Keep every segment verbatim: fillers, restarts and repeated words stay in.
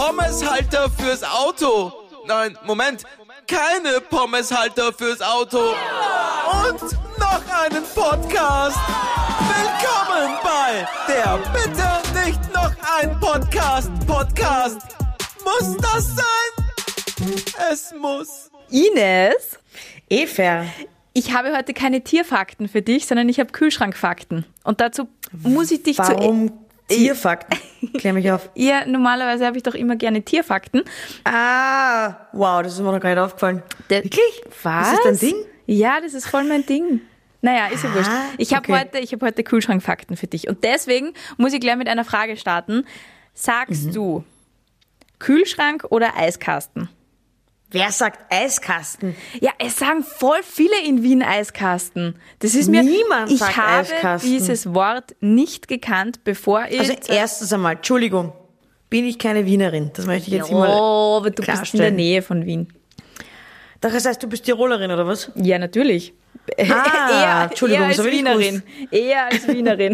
Pommeshalter fürs Auto. Nein, Moment, keine Pommeshalter fürs Auto. Und noch einen Podcast. Willkommen bei der Bitte nicht noch ein Podcast. Podcast. Muss das sein? Es muss. Ines, Eva, ich habe heute keine Tierfakten für dich, sondern ich habe Kühlschrankfakten. Und dazu muss ich dich zu... warum Tierfakten? Klär mich auf. Ja, normalerweise habe ich doch immer gerne Tierfakten. Ah, wow, das ist mir noch gar nicht aufgefallen. Der, Wirklich? Was? Ist das dein Ding? Ja, das ist voll mein Ding. Naja, ist ja Ah, wurscht. Ich habe okay. heute, ich hab heute Kühlschrankfakten für dich. Und deswegen muss ich gleich mit einer Frage starten. Sagst Mhm. du Kühlschrank oder Eiskasten? Wer sagt Eiskasten? Ja, es sagen voll viele in Wien Eiskasten. Das ist mir... Niemand ich sagt habe Eiskasten. dieses Wort nicht gekannt, bevor ich... Also erstens einmal, Entschuldigung, bin ich keine Wienerin. Das möchte ich jetzt immer oh, aber du bist in der klarstellen. Nähe von Wien. Das heißt, du bist Tirolerin, oder was? Ja, natürlich. Ah, Entschuldigung, eher als so will ich Wienerin. Eher als Wienerin.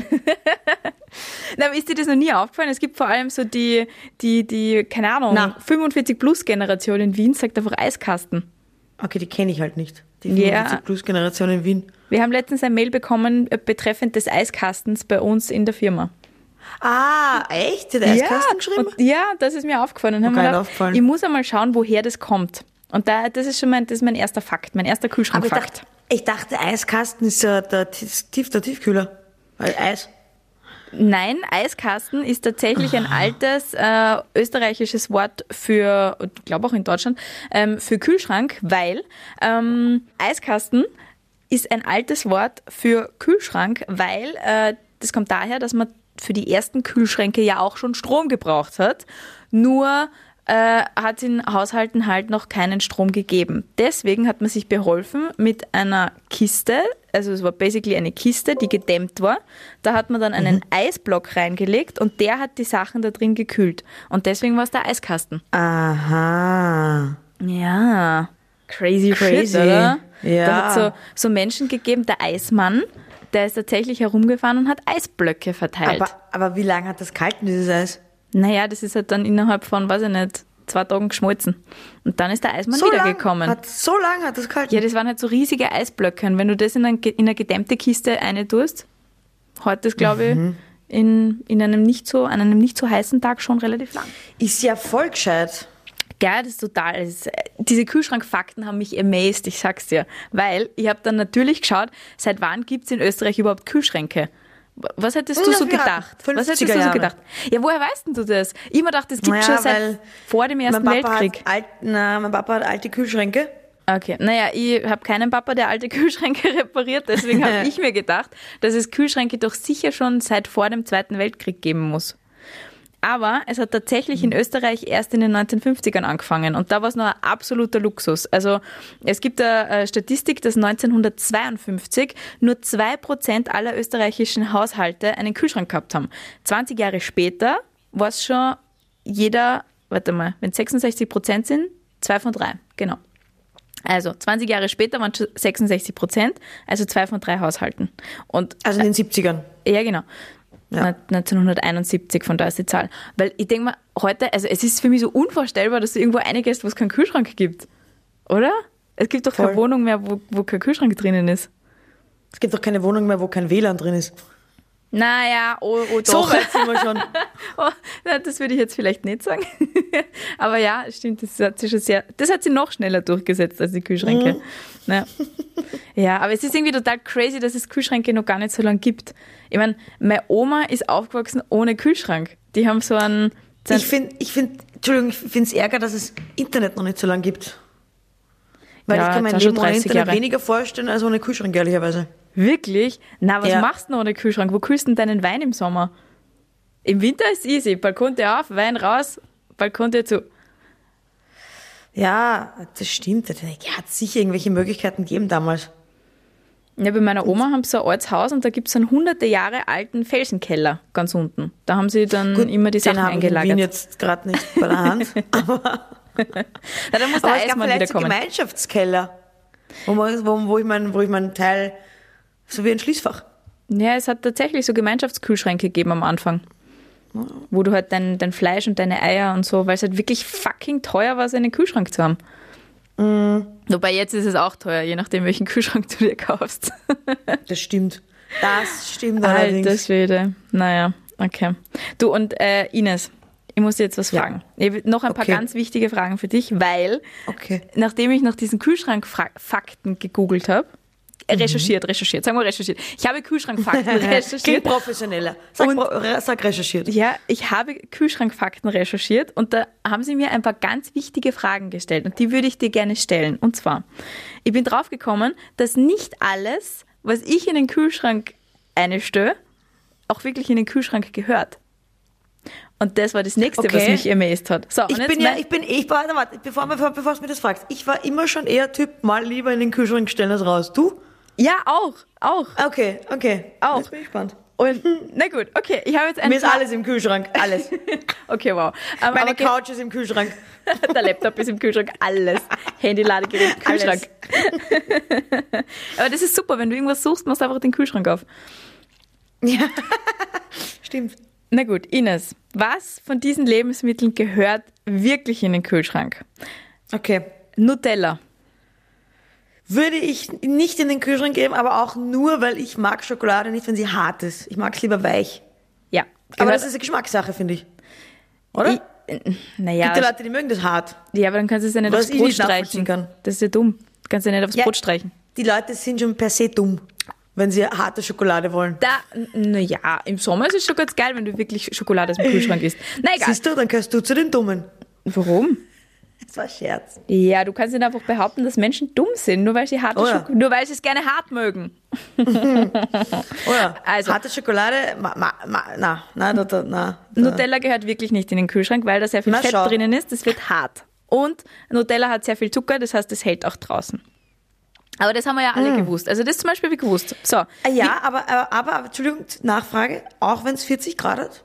Na, aber ist dir das noch nie aufgefallen? Es gibt vor allem so die, die, die keine Ahnung, Na. fünfundvierzig-Plus-Generation in Wien sagt einfach Eiskasten. Okay, die kenne ich halt nicht. Die Ja. fünfundvierzig-Plus-Generation in Wien. Wir haben letztens ein Mail bekommen äh, betreffend des Eiskastens bei uns in der Firma. Ah, echt? Der Eiskasten geschrieben? Und, ja, das ist mir aufgefallen. Und haben Okay, wir gedacht, aufgefallen. ich muss einmal schauen, woher das kommt. Und da, das ist schon mein, das ist mein erster Fakt, mein erster Aber ich Kühlschrankfakt. dachte, ich dachte, Eiskasten ist ja der, Tief, der Tiefkühler. Weil Eis. Nein, Eiskasten ist tatsächlich ein altes äh, österreichisches Wort für, ich glaube auch in Deutschland, ähm, für Kühlschrank, weil ähm, Eiskasten ist ein altes Wort für Kühlschrank, weil äh, das kommt daher, dass man für die ersten Kühlschränke ja auch schon Strom gebraucht hat, nur äh, hat es in Haushalten halt noch keinen Strom gegeben. Deswegen hat man sich beholfen mit einer Kiste, also es war basically eine Kiste, die gedämmt war. Da hat man dann einen Eisblock reingelegt und der hat die Sachen da drin gekühlt. Und deswegen war es der Eiskasten. Aha. Ja, crazy, Crazy. shit, oder? Ja. Da hat so, so Menschen gegeben, der Eismann, der ist tatsächlich herumgefahren und hat Eisblöcke verteilt. Aber, aber wie lange hat das gehalten, dieses Eis? Naja, das ist halt dann innerhalb von, weiß ich nicht, zwei Tagen geschmolzen. Und dann ist der Eismann So lang wiedergekommen. hat, so lange hat das gehalten? Ja, das waren halt so riesige Eisblöcke. Und wenn du das in, ein, in eine gedämmte Kiste eine tust, heute ist, glaube ich, in, in einem nicht so, an einem nicht so heißen Tag schon relativ lang. Ist ja voll gescheit. Geil, das ist total. Das ist, diese Kühlschrankfakten haben mich amazed, ich sag's dir. Weil ich habe dann natürlich geschaut, seit wann gibt's in Österreich überhaupt Kühlschränke? Was hättest du Ja, so wir gedacht? hatten Was hättest du fünfziger so Jahre. gedacht? Ja, woher weißt denn du das? Ich mir gedacht, das gibt Naja, schon seit weil vor dem Ersten mein Papa Weltkrieg. Hat alt, na, mein Papa hat alte Kühlschränke. Okay, naja, ich habe keinen Papa, der alte Kühlschränke repariert, deswegen habe ich mir gedacht, dass es Kühlschränke doch sicher schon seit vor dem Zweiten Weltkrieg geben muss. Aber es hat tatsächlich in Österreich erst in den neunzehnhundertfünfzigern angefangen und da war es noch ein absoluter Luxus. Also es gibt eine Statistik, dass neunzehnhundertzweiundfünfzig nur zwei Prozent aller österreichischen Haushalte einen Kühlschrank gehabt haben. zwanzig Jahre später war es schon jeder, warte mal, wenn es sechsundsechzig Prozent sind, zwei von drei, genau. Also zwanzig Jahre später waren es schon sechsundsechzig Prozent, also zwei von drei Haushalten. Und Also in den siebzigern. ja, genau. Ja. neunzehnhunderteinundsiebzig, von da ist die Zahl. Weil ich denke mal, heute, also es ist für mich so unvorstellbar, dass du irgendwo reingehst, wo es keinen Kühlschrank gibt. Oder? Es gibt doch Voll. keine Wohnung mehr, wo, wo kein Kühlschrank drinnen ist. Es gibt doch keine Wohnung mehr, wo kein W L A N drin ist. Naja, oh, oh So doch. weit sind wir schon. Oh, na, das würde ich jetzt vielleicht nicht sagen. Aber ja, stimmt, das hat sie schon sehr, das hat sie noch schneller durchgesetzt als die Kühlschränke. Mhm. Ja. Ja, aber es ist irgendwie total crazy, dass es Kühlschränke noch gar nicht so lange gibt. Ich meine, meine Oma ist aufgewachsen ohne Kühlschrank. Die haben so einen... So einen Ich finde, ich find, Entschuldigung, ich finde es ärger, dass es Internet noch nicht so lange gibt. Weil Ja, ich kann mein das sind Leben schon ohne dreißig Internet Jahre. weniger vorstellen als ohne Kühlschrank, ehrlicherweise. Wirklich? Na, was Ja. machst du denn ohne Kühlschrank? Wo kühlst du denn deinen Wein im Sommer? Im Winter ist easy. Balkontür auf, Wein raus, Balkontür zu. Ja, das stimmt. Ja, hat sicher irgendwelche Möglichkeiten gegeben damals. Ja, bei meiner Oma haben sie so ein altes Haus und da gibt es einen hunderte Jahre alten Felsenkeller ganz unten. Da haben sie dann Gut, immer die Sachen den habe ich in eingelagert. Wien jetzt gerade nicht bei der Hand. aber Na, da muss der aber es gab Eismann vielleicht so wiederkommen. Gemeinschaftskeller, wo, man, wo, wo ich meinen wo ich meinen Teil, so wie ein Schließfach. Ja, es hat tatsächlich so Gemeinschaftskühlschränke gegeben am Anfang. wo du halt dein, dein Fleisch und deine Eier und so, weil es halt wirklich fucking teuer war, so einen Kühlschrank zu haben. Mm. Wobei jetzt ist es auch teuer, je nachdem, welchen Kühlschrank du dir kaufst. Das stimmt. Das stimmt allerdings. Alter Schwede. Naja, okay. Du und äh, Ines, ich muss dir jetzt was Ja. fragen. Ich habe noch ein paar Okay. ganz wichtige Fragen für dich, weil Okay. nachdem ich nach diesen Kühlschrankfakten gegoogelt habe, äh, recherchiert, recherchiert, sagen wir recherchiert. Ich habe Kühlschrankfakten Klingt recherchiert. professioneller. Sag, Und- pro- re- sag recherchiert. Ja, ich habe Kühlschrankfakten recherchiert und da haben sie mir ein paar ganz wichtige Fragen gestellt und die würde ich dir gerne stellen. Und zwar, ich bin drauf gekommen, dass nicht alles, was ich in den Kühlschrank einstelle, auch wirklich in den Kühlschrank gehört. Und das war das nächste, Okay. was mich amazed hat. So, und Ich jetzt bin ja, mein- ich bin, ich, warte, warte, bevor, bevor, bevor du mir das fragst, ich war immer schon eher Typ, mal lieber in den Kühlschrank stellen als raus. Du? ja, auch, auch. Okay, okay. Auch. Jetzt bin ich gespannt. Und, na gut, okay, ich habe jetzt ein Mir ist paar- alles im Kühlschrank, alles. Okay, wow. Ähm, Meine aber ge- Couch ist im Kühlschrank. Der Laptop ist im Kühlschrank, alles. Handy, Ladegerät, Kühlschrank. Aber das ist super, wenn du irgendwas suchst, machst du einfach den Kühlschrank auf. Ja, stimmt. Na gut, Ines, was von diesen Lebensmitteln gehört wirklich in den Kühlschrank? Okay. Nutella. Würde ich nicht in den Kühlschrank geben, aber auch nur, weil ich mag Schokolade nicht, wenn sie hart ist. Ich mag es lieber weich. Ja. Aber gehört- das ist eine Geschmackssache, finde ich. Oder? Ich, naja, Gibt ja Leute, die mögen das hart. ja, aber dann kannst du es ja nicht Was aufs ich Brot nicht nachvollziehen streichen. kann. Das ist ja dumm. Du kannst ja nicht aufs Ja. Brot streichen. Die Leute sind schon per se dumm, wenn sie harte Schokolade wollen. Da, naja, im Sommer ist es schon ganz geil, wenn du wirklich Schokolade aus dem Kühlschrank isst. Na egal. Siehst du, dann gehörst du zu den Dummen. Warum? Das war ein Scherz. Ja, du kannst nicht einfach behaupten, dass Menschen dumm sind, nur weil sie harte Oh ja. Schoko- nur weil sie es gerne hart mögen. Oh ja. Also- Harte Schokolade, ma, ma, ma, na, na, da, da, na. Da. Nutella gehört wirklich nicht in den Kühlschrank, weil da sehr viel Na, Fett schau. drinnen ist. Das wird hart. Und Nutella hat sehr viel Zucker, das heißt, es hält auch draußen. Aber das haben wir ja alle gewusst. Also das zum Beispiel habe ich gewusst. So, Ah, ja, aber, aber, aber, aber, Entschuldigung, Nachfrage, auch wenn es vierzig Grad hat?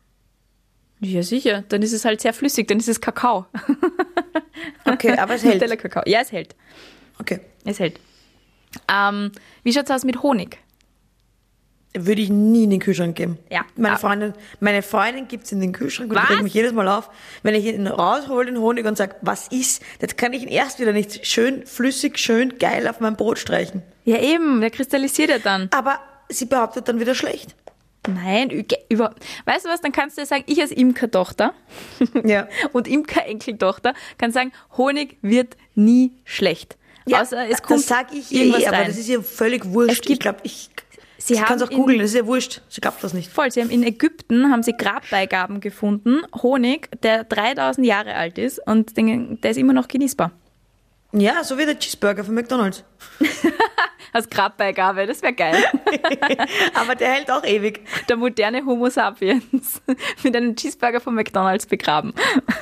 ja sicher, dann ist es halt sehr flüssig, dann ist es Kakao. Okay, aber es hält. Nutella-Kakao. Ja, es hält. Okay. Es hält. Ähm, wie schaut es aus mit Honig? Würde ich nie in den Kühlschrank geben. Ja. Meine Ah. Freundin, meine Freundin gibt es in den Kühlschrank und Was? ich reg mich jedes Mal auf, wenn ich ihn raushole, den Honig, und sage, was ist? Jetzt kann ich ihn erst wieder nicht schön flüssig, schön geil auf mein Brot streichen. Ja eben, der kristallisiert ja dann. Aber sie behauptet dann wieder schlecht. Nein, ü- über, weißt du was, dann kannst du ja sagen, ich als Imkertochter Ja. und Imker-Enkeltochter kann sagen, Honig wird nie schlecht. Außer es kommt das sag ich irgendwas eh, aber rein. das ist ihr völlig wurscht. Es gibt- ich glaube, ich, Sie sie kann es haben auch googeln, in- das ist ihr wurscht. Sie glaubt das nicht. Voll, sie haben in Ägypten haben sie Grabbeigaben gefunden, Honig, der dreitausend Jahre alt ist und den, der ist immer noch genießbar. Ja, so wie der Cheeseburger von McDonald's. Als Grabbeigabe, das wäre geil. Aber der hält auch ewig. Der moderne Homo sapiens mit einem Cheeseburger von McDonald's begraben.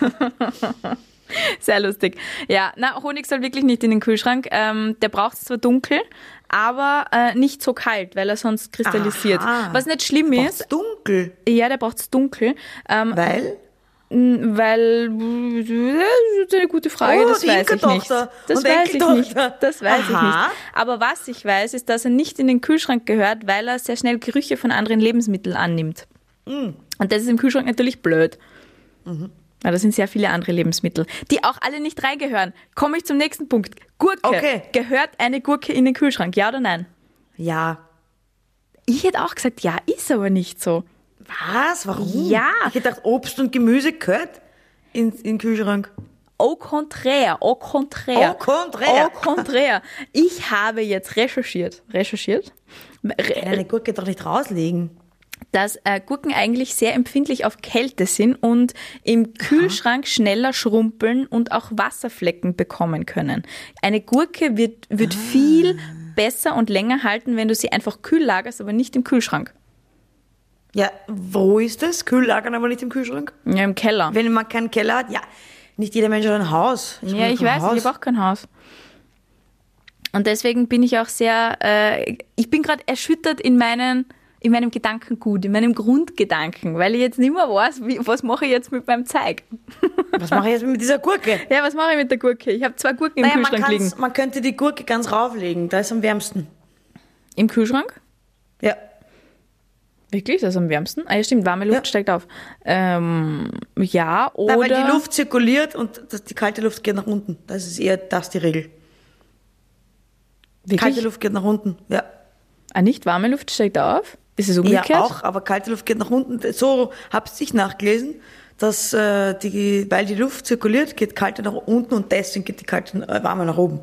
Sehr lustig. Ja, na, Honig soll wirklich nicht in den Kühlschrank. Ähm, der braucht es zwar dunkel, aber äh, nicht so kalt, weil er sonst kristallisiert. Aha. Was nicht schlimm Ist ist, dunkel. ja, der braucht es dunkel, ähm, Weil? weil das ist eine gute Frage, Oh, das die weiß ich nicht. Imkertochter Das und weiß ich nicht. Enkeltochter. Das weiß ich Aha. nicht. Aber was ich weiß, ist, dass er nicht in den Kühlschrank gehört, weil er sehr schnell Gerüche von anderen Lebensmitteln annimmt. Mm. Und das ist im Kühlschrank natürlich blöd. Mhm. Weil da sind sehr viele andere Lebensmittel, die auch alle nicht reingehören. Komme ich zum nächsten Punkt. Gurke. Okay. Gehört eine Gurke in den Kühlschrank, ja oder nein? Ja. Ich hätte auch gesagt, ja, ist aber nicht so. Was? Warum? Ja. Ich hätte gedacht, Obst und Gemüse gehört in, in den Kühlschrank. Au contraire, au contraire. Au contraire. Au contraire. Ich habe jetzt recherchiert, recherchiert, re- Eine Gurke doch nicht rauslegen. dass äh, Gurken eigentlich sehr empfindlich auf Kälte sind und im Kühlschrank schneller schrumpeln und auch Wasserflecken bekommen können. Eine Gurke wird, wird Ah. viel besser und länger halten, wenn du sie einfach kühl lagerst, aber nicht im Kühlschrank. Ja, wo ist das? Kühl lagern, aber nicht im Kühlschrank? Ja, im Keller. Wenn man keinen Keller hat, ja. Nicht jeder Mensch hat ein Haus. Ja, hab ich kein weiß, Haus. ich habe auch kein Haus. Und deswegen bin ich auch sehr, äh, ich bin gerade erschüttert in meinen, in meinem Gedankengut, in meinem Grundgedanken, weil ich jetzt nicht mehr weiß, wie, was mache ich jetzt mit meinem Zeug. Was mache ich jetzt mit dieser Gurke? Ja, was mache ich mit der Gurke? Ich habe zwei Gurken im Naja, man, Kühlschrank liegen. kann's- man könnte die Gurke ganz rauflegen, da ist am wärmsten. Im Kühlschrank? Ja. Wirklich? Das ist am wärmsten? Ah ja, stimmt, warme Luft Ja. steigt auf. Ähm, ja, oder... Nein, weil die Luft zirkuliert und das, die kalte Luft geht nach unten. Das ist eher das die Regel. Wirklich? Kalte Luft geht nach unten, ja. Ah, nicht warme Luft steigt auf? Ist es umgekehrt? Ja, auch, aber kalte Luft geht nach unten. So habe ich nachgelesen, dass äh, die, weil die Luft zirkuliert, geht kalte nach unten und deswegen geht die kalte äh, warme nach oben.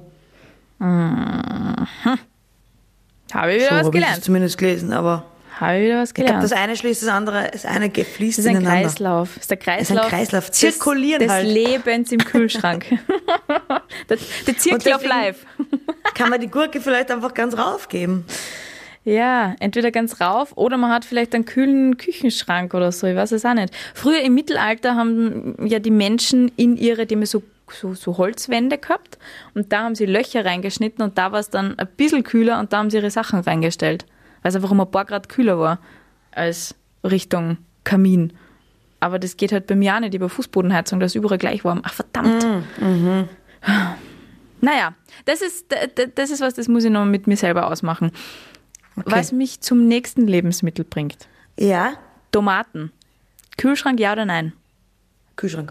Habe ich wieder So was habe ich gelernt. das zumindest gelesen, aber Habe ich wieder was ich glaube, gelernt. das eine schließt das andere, das eine ge- fließt Das ist ein ineinander. Kreislauf. Das ist der ist ein Kreislauf, Kreislauf. des- Zirkulieren des halt. Lebens im Kühlschrank. der, der Zirkel of deswegen- Life. Kann man die Gurke vielleicht einfach ganz raufgeben? Ja, entweder ganz rauf oder man hat vielleicht einen kühlen Küchenschrank oder so, ich weiß es auch nicht. Früher im Mittelalter haben ja die Menschen in ihre, die haben ja so, so, so Holzwände gehabt und da haben sie Löcher reingeschnitten und da war es dann ein bisschen kühler und da haben sie ihre Sachen reingestellt, weil es einfach um ein paar Grad kühler war als Richtung Kamin. Aber das geht halt bei mir auch nicht über Fußbodenheizung, da ist überall gleich warm. Ach verdammt. Mhm. Naja, das ist, das ist was, das muss ich noch mit mir selber ausmachen. Was mich zum nächsten Lebensmittel bringt. Ja, Tomaten. Kühlschrank, ja oder nein? Kühlschrank.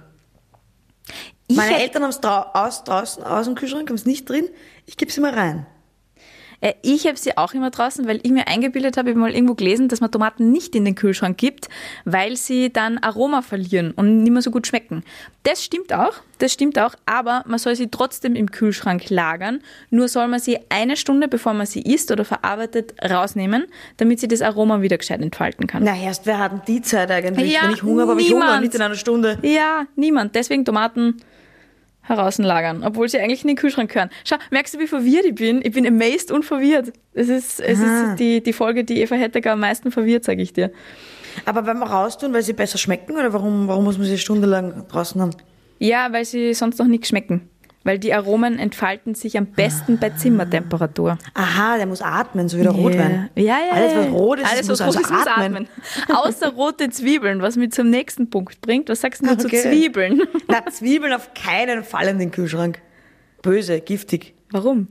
Ich Meine hätt- Eltern haben es drau aus, draußen aus dem Kühlschrank, haben es nicht drin. Ich gebe es immer rein. Äh, Ich habe sie auch immer draußen, weil ich mir eingebildet habe, ich habe mal irgendwo gelesen, dass man Tomaten nicht in den Kühlschrank gibt, weil sie dann Aroma verlieren und nicht mehr so gut schmecken. Das stimmt auch, das stimmt auch, aber man soll sie trotzdem im Kühlschrank lagern. Nur soll man sie eine Stunde, bevor man sie isst oder verarbeitet, rausnehmen, damit sie das Aroma wieder gescheit entfalten kann. Na erst, wer hat denn die Zeit eigentlich? Ja, Wenn ich Hunger habe, habe ich Hunger, niemand. nicht in einer Stunde. Ja, niemand. Deswegen Tomaten heraußen lagern, obwohl sie eigentlich in den Kühlschrank gehören. Schau, merkst du, wie verwirrt ich bin? Ich bin amazed und verwirrt. Es ist, es ist die, die Folge, die Eva Hettecker am meisten verwirrt, sage ich dir. Aber beim Raustun, weil sie besser schmecken, oder warum, warum muss man sie stundenlang draußen haben? Ja, weil sie sonst noch nicht schmecken. Weil die Aromen entfalten sich am besten bei Zimmertemperatur. Aha, der muss atmen, so wie der Rotwein. Ja, ja, ja. Alles, was rot ist, Alles, muss was rot also ist, muss atmen. atmen. Außer rote Zwiebeln, was mich zum nächsten Punkt bringt. Was sagst du denn zu Okay. Zwiebeln? Na, Zwiebeln auf keinen Fall in den Kühlschrank. Böse, giftig. Warum?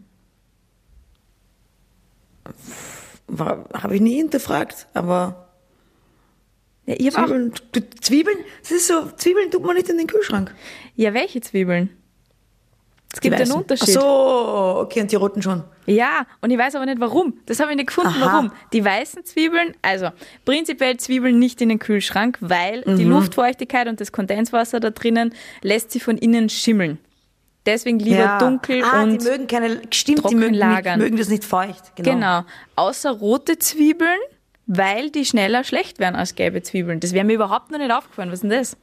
Habe ich nie hinterfragt, aber Ja, ich hab auch, Zwiebeln, du- Zwiebeln, das ist so, Zwiebeln tut man nicht in den Kühlschrank. ja, welche Zwiebeln? Es gibt Die einen weißen. Unterschied. Ach so, okay, und die roten schon. Ja, und ich weiß aber nicht warum. Das habe ich nicht gefunden, Aha. warum. Die weißen Zwiebeln, also prinzipiell Zwiebeln nicht in den Kühlschrank, weil Mhm. die Luftfeuchtigkeit und das Kondenswasser da drinnen lässt sie von innen schimmeln. Deswegen lieber ja. dunkel ah, und die mögen keine, stimmt, die trocken mögen, lagern. nicht, mögen das nicht feucht. Genau. genau. Außer rote Zwiebeln, weil die schneller schlecht werden als gelbe Zwiebeln. Das wäre mir überhaupt noch nicht aufgefallen. Was ist denn das?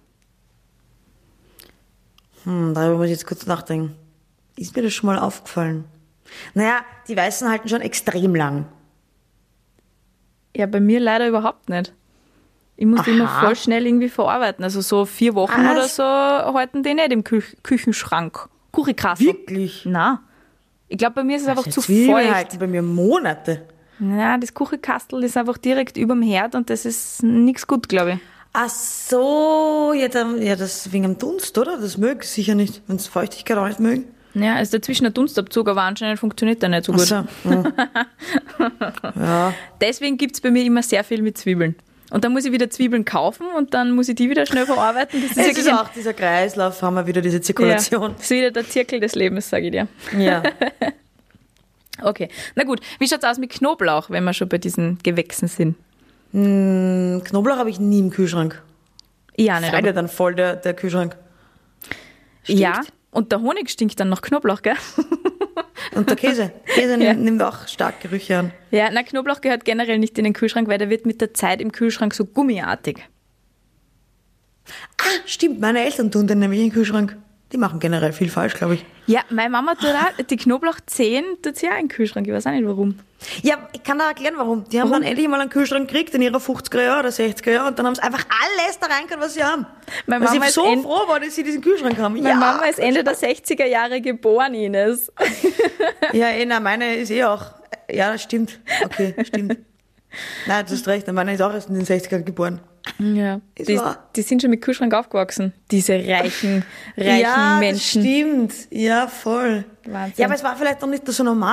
Hm, darüber muss ich jetzt kurz nachdenken. Ist mir das schon mal aufgefallen? Naja, die Weißen halten schon extrem lang. Ja, bei mir leider überhaupt nicht. Ich muss die immer Aha. voll schnell irgendwie verarbeiten. Also so vier Wochen Was? oder so halten die nicht im Kü Küchenschrank. Kuchikastel. Wirklich? Na, ich glaube, bei mir ist es einfach Die zu Zwiebeln feucht. halten bei mir Monate. Ja, das Kuchikastel ist einfach direkt überm Herd und das ist nichts gut, glaube ich. Ach so, ja, dann, ja, das wegen dem Dunst, oder? Das mögen sie sicher nicht, wenn sie Feuchtigkeit auch nicht mögen. Ja, also dazwischen der Dunstabzug, aber anscheinend funktioniert der nicht so gut. Ach so, hm. ja. Deswegen gibt es bei mir immer sehr viel mit Zwiebeln. Und dann muss ich wieder Zwiebeln kaufen und dann muss ich die wieder schnell verarbeiten. Das ist Es wirklich ist ein- auch dieser Kreislauf, haben wir wieder diese ja, Zirkulation. das ist wieder der Zirkel des Lebens, sage ich dir. Ja. Okay, na gut. Wie schaut's aus mit Knoblauch, wenn wir schon bei diesen Gewächsen sind? Hm, Knoblauch habe ich nie im Kühlschrank. Ja, nicht. Feiert Aber, ja dann voll der, der Kühlschrank. ja, und der Honig stinkt dann nach Knoblauch, gell? Und der Käse. Käse Ja. nimmt, nimmt auch stark Gerüche an. Ja, na, Knoblauch gehört generell nicht in den Kühlschrank, weil der wird mit der Zeit im Kühlschrank so gummiartig. Ah, stimmt, meine Eltern tun den nämlich in den Kühlschrank. Die machen generell viel falsch, glaube ich. Ja, meine Mama tut auch, die Knoblauchzehen tut sie auch in den Kühlschrank. Ich weiß auch nicht warum. Ja, ich kann da erklären, warum. Die haben Warum? dann endlich mal einen Kühlschrank gekriegt in ihrer fünfziger Jahre oder sechziger Jahre und dann haben sie einfach alles da rein können, was sie haben. Meine Weil Mama sie ist so end- froh war, dass sie diesen Kühlschrank haben. Meine ja. Mama ist Ende der sechziger Jahre geboren, Ines. Ja, eh, nein, meine ist eh auch. Ja, das stimmt. Okay, stimmt. Nein, du hast recht, meine ist auch erst in den sechzigern geboren. Ja, Ist die, wahr. die sind schon mit Kühlschrank aufgewachsen. Diese reichen, reichen ja, Menschen. das stimmt. Ja, voll. Wahnsinn. Ja, aber es war vielleicht noch nicht so normal.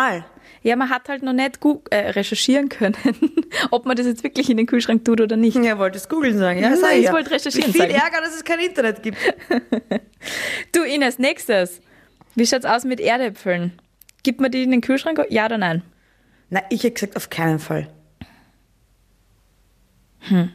Ja, man hat halt noch nicht gu- äh, recherchieren können, ob man das jetzt wirklich in den Kühlschrank tut oder nicht. Ja, wolltest googeln sagen. Ja, Nein, sag ich ja. wollte recherchieren Wie viel sagen. Ärger, dass es kein Internet gibt. Du Ines, nächstes. Wie schaut's aus mit Erdäpfeln? Gibt man die in den Kühlschrank? Ja oder nein? Na, ich hätte gesagt, auf keinen Fall. Hm.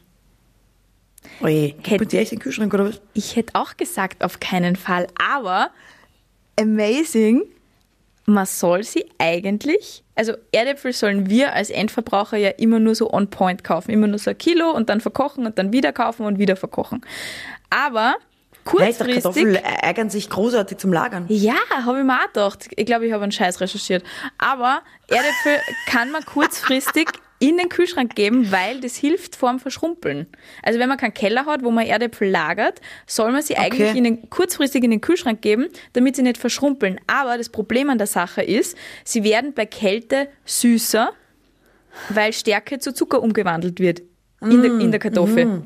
Oje, gibt Hätt- man die echt in den Kühlschrank oder was? Ich hätte auch gesagt, auf keinen Fall. Aber amazing, man soll sie eigentlich, also Erdäpfel sollen wir als Endverbraucher ja immer nur so on point kaufen. Immer nur so ein Kilo und dann verkochen und dann wieder kaufen und wieder verkochen. Aber Ja, ich dachte, Kartoffeln kurzfristig... eignen sich großartig zum Lagern. Ja, habe ich mir auch gedacht. Ich glaube, ich habe einen Scheiß recherchiert. Aber Erdäpfel kann man kurzfristig in den Kühlschrank geben, weil das hilft vorm Verschrumpeln. Also wenn man keinen Keller hat, wo man Erdäpfel lagert, soll man sie eigentlich Okay. in den, kurzfristig in den Kühlschrank geben, damit sie nicht verschrumpeln. Aber das Problem an der Sache ist, sie werden bei Kälte süßer, weil Stärke zu Zucker umgewandelt wird in, der, in der Kartoffel.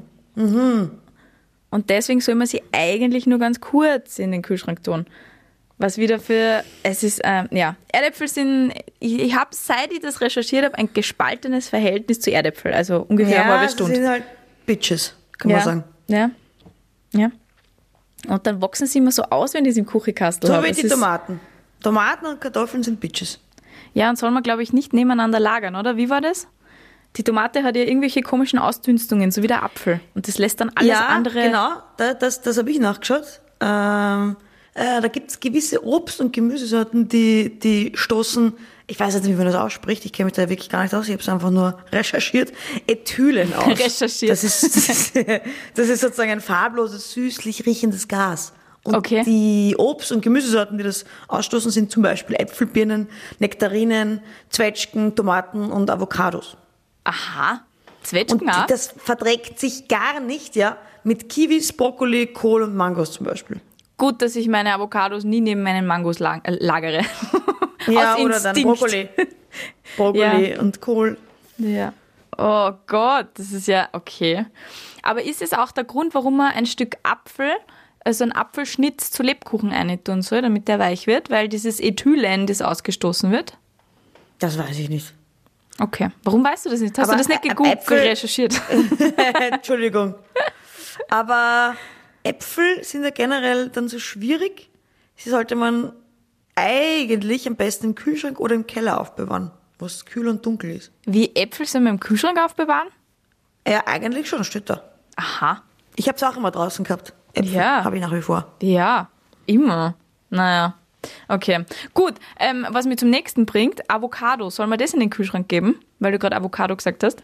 Und deswegen soll man sie eigentlich nur ganz kurz in den Kühlschrank tun. Was wieder für, es ist, ähm, ja, Erdäpfel sind, ich, ich habe, seit ich das recherchiert habe, ein gespaltenes Verhältnis zu Erdäpfel, also ungefähr eine halbe sie Stunde. sind halt Bitches, kann ja, man sagen. Ja, ja. Und dann wachsen sie immer so aus, wenn die es im Kuchenkastel So haben. wie Es die ist- Tomaten. Tomaten und Kartoffeln sind Bitches. Ja, und soll man, glaube ich, nicht nebeneinander lagern, oder? Wie war das? Die Tomate hat ja irgendwelche komischen Ausdünstungen, so wie der Apfel. Und das lässt dann alles ja, andere... genau, da, das, das habe ich nachgeschaut. Ähm, äh, da gibt es gewisse Obst- und Gemüsesorten, die, die stoßen, ich weiß jetzt nicht, wie man das ausspricht, ich kenne mich da wirklich gar nicht aus, ich habe es einfach nur recherchiert, Ethylen aus. Recherchiert. Das ist, das, ist, das ist sozusagen ein farbloses, süßlich riechendes Gas. Und Okay. die Obst- und Gemüsesorten, die das ausstoßen, sind zum Beispiel Äpfel, Birnen, Nektarinen, Zwetschgen, Tomaten und Avocados. Aha, Und Zwetschgen auch? das verträgt sich gar nicht, ja, mit Kiwis, Brokkoli, Kohl und Mangos zum Beispiel. Gut, dass ich meine Avocados nie neben meinen Mangos lag äh, lagere. Ja, Aus oder dann Instinkt. Brokkoli. Brokkoli und Kohl. Ja. Oh Gott, das ist ja okay. Aber ist es auch der Grund, warum man ein Stück Apfel, also einen Apfelschnitz zu Lebkuchen reintun soll, damit der weich wird? Weil dieses Ethylen, das ausgestoßen wird? Das weiß ich nicht. Okay. Warum weißt du das nicht? Hast Aber du das nicht Ä- gegoogelt, Äpfel- recherchiert? Entschuldigung. Aber Äpfel sind ja generell dann so schwierig. Sie sollte man eigentlich am besten im Kühlschrank oder im Keller aufbewahren, wo es kühl und dunkel ist. Wie Äpfel soll man im Kühlschrank aufbewahren? Ja, eigentlich schon, steht da. Aha. Ich habe es auch immer draußen gehabt. Äpfel Ja. habe ich nach wie vor. Ja, immer. Naja. Okay, gut. Ähm, was mir zum nächsten bringt, Avocado. Soll man das in den Kühlschrank geben? Weil du gerade Avocado gesagt hast.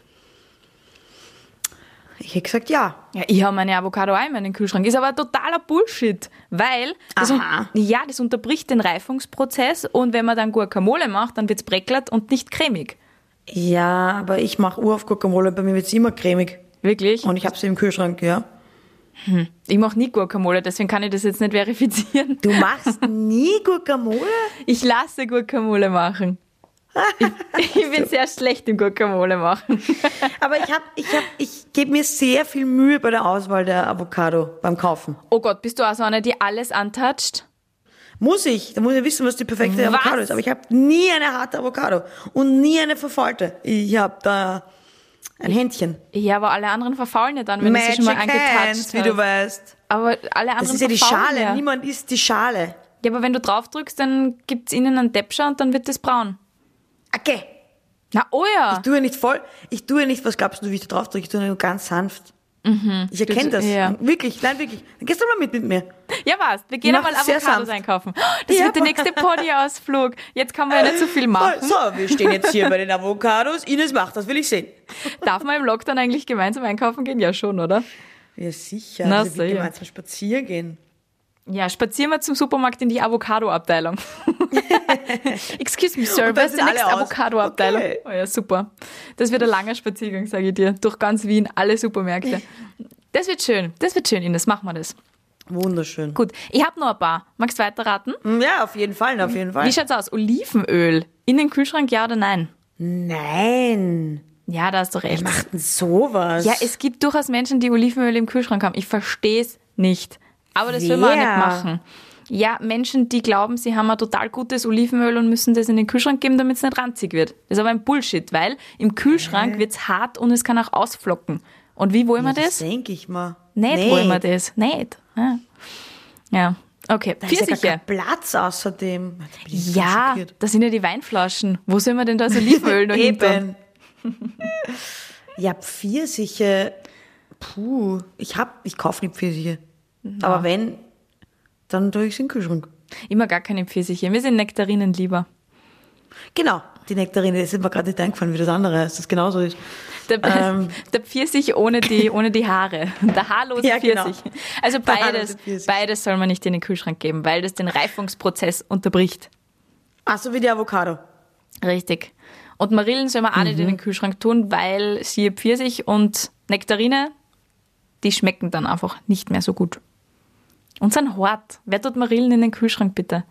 Ich hätte gesagt, ja. Ja, ich habe meine Avocado auch immer in den Kühlschrank. Ist aber totaler Bullshit, weil das, un- Aha. ja, das unterbricht den Reifungsprozess und wenn man dann Guacamole macht, dann wird es brecklert und nicht cremig. Ja, aber ich mache Uhr auf Guacamole, bei mir wird es immer cremig. Wirklich? Und ich habe sie im Kühlschrank, ja. Ich mache nie Guacamole, deswegen kann ich das jetzt nicht verifizieren. Du machst nie Guacamole? Ich lasse Guacamole machen. Ich, ich bin sehr schlecht im Guacamole machen. Aber ich hab, ich hab, ich gebe mir sehr viel Mühe bei der Auswahl der Avocado beim Kaufen. Oh Gott, bist du auch so eine, die alles antatscht? Muss ich, da muss ich wissen, was die perfekte Was? Avocado ist. Aber ich habe nie eine harte Avocado und nie eine verfaulte. Ich habe da ein Händchen. Ja, aber alle anderen verfaulen ja dann, wenn du sie schon mal Magic angetatscht Hands, wie hast. du weißt. Aber alle anderen Das ist ja die verfaulen Schale. Ja. Niemand isst die Schale. Ja, aber wenn du drauf drückst, dann gibt's innen einen Däpscher und dann wird das braun. Okay. Na, oh ja. Ich tue nicht voll, ich tue nicht, was glaubst du, wie ich da drauf drücke? Ich tue nur ganz sanft. Ich erkenne das. ja. Wirklich, nein, wirklich. Dann gehst du mal mit mit mir. Ja, was? Wir gehen Ich einmal mach das sehr Avocados sanft. einkaufen. Das Ja, wird der nächste Poddy-Ausflug. Jetzt kann man ja nicht so viel machen. So, wir stehen jetzt hier bei den Avocados. Ines macht, das will ich sehen. Darf man im Lockdown eigentlich gemeinsam einkaufen gehen? Ja, schon, oder? Ja, sicher. Na, Also, wir sicher. gemeinsam spazieren gehen. Ja, spazieren wir zum Supermarkt in die Avocado-Abteilung. Excuse me, Sir, Und dann was ist die sind nächste alle aus. Avocado-Abteilung? Okay. Oh ja, super. Das wird ein langer Spaziergang, sage ich dir. Durch ganz Wien, alle Supermärkte. Das wird schön. Das wird schön, Ines. Machen wir das. Wunderschön. Gut, ich habe noch ein paar. Magst du weiterraten? Ja, auf jeden Fall, auf jeden Fall. Wie schaut's aus? Olivenöl in den Kühlschrank, ja oder nein? Nein. Ja, da hast du recht. Wer macht denn sowas? Ja, es gibt durchaus Menschen, die Olivenöl im Kühlschrank haben. Ich verstehe es nicht. Aber das will man auch Wer? nicht machen. Ja, Menschen, die glauben, sie haben ein total gutes Olivenöl und müssen das in den Kühlschrank geben, damit es nicht ranzig wird. Das ist aber ein Bullshit, weil im Kühlschrank wird es hart und es kann auch ausflocken. Und wie wollen wir Ja, das? das denke ich mal. Nicht Nee. wollen wir das. Nicht. Ja, ja. Okay, Da ist ja gar Pfirsiche. kein Platz außerdem. Da bin ich so Ja, schockiert. das sind ja die Weinflaschen. Wo soll man denn da das Olivenöl noch hintun? Eben. Ja, Pfirsiche. Puh, ich hab, ich kaufe nicht Pfirsiche. Aber wenn, dann tue ich es in den Kühlschrank. Immer gar keine Pfirsiche. Wir sind Nektarinen lieber. Genau, die Nektarine, das ist mir gerade nicht eingefallen, wie das andere heißt, das genauso ist. Der, Ähm. der Pfirsich ohne die, ohne die Haare. Der haarlose Ja, genau. Pfirsich. Also Der haarlose beides, Pfirsich. beides soll man nicht in den Kühlschrank geben, weil das den Reifungsprozess unterbricht. Ach so wie die Avocado. Richtig. Und Marillen soll man auch nicht in den Kühlschrank tun, weil siehe Pfirsich und Nektarine, die schmecken dann einfach nicht mehr so gut. Und sind hart. Wer tut Marillen in den Kühlschrank, bitte?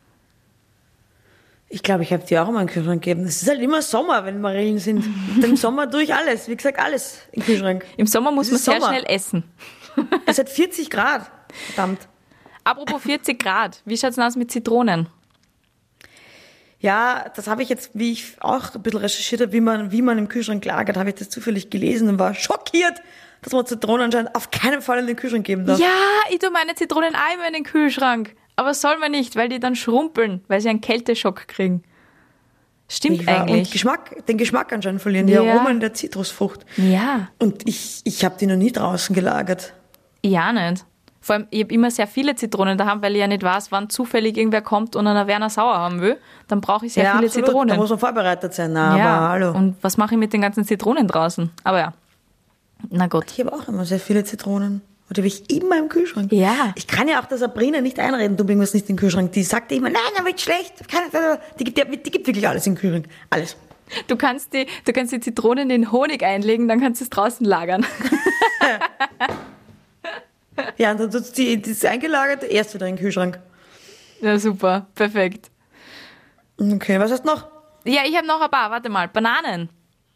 Ich glaube, ich habe die auch immer in den Kühlschrank gegeben. Es ist halt immer Sommer, wenn Marillen sind. Und im Sommer tue ich alles, wie gesagt, alles im Kühlschrank. Im Sommer muss Es man ist sehr Sommer. schnell essen. Es hat vierzig Grad. Verdammt. Apropos vierzig Grad, wie schaut's denn aus mit Zitronen? Ja, das habe ich jetzt, wie ich auch ein bisschen recherchiert habe, wie man, wie man im Kühlschrank lagert, habe ich das zufällig gelesen und war schockiert, dass man Zitronen anscheinend auf keinen Fall in den Kühlschrank geben darf. Ja, ich tue meine Zitronen auch immer in den Kühlschrank. Aber soll man nicht, weil die dann schrumpeln, weil sie einen Kälteschock kriegen. Stimmt Ich war- Und eigentlich. Geschmack, den Geschmack anscheinend verlieren, die Ja. Aromen der Zitrusfrucht. Ja, Und ich, ich habe die noch nie draußen gelagert. ja nicht. Vor allem, ich habe immer sehr viele Zitronen daheim, weil ich ja nicht weiß, wann zufällig irgendwer kommt und einen Werner Sauer haben will. Dann brauche ich sehr ja, viele absolut. Zitronen. Da muss man vorbereitet sein. Na, ja, aber hallo. und was mache ich mit den ganzen Zitronen draußen? Aber ja, na gut. Ich habe auch immer sehr viele Zitronen. Und die habe ich immer im Kühlschrank. Ja. Ich kann ja auch der Sabrina nicht einreden, du bringst was nicht in den Kühlschrank. Die sagt immer, nein, dann wird schlecht. Keine- Die gibt, ja- die gibt wirklich alles in den Kühlschrank. Alles. Du kannst die, du kannst die Zitronen in Honig einlegen, dann kannst du es draußen lagern. Ja, und dann tut die, das eingelagerte erst wieder in den Kühlschrank. Ja, super, perfekt. Okay, was hast du noch? Ja, ich habe noch ein paar, warte mal, Bananen.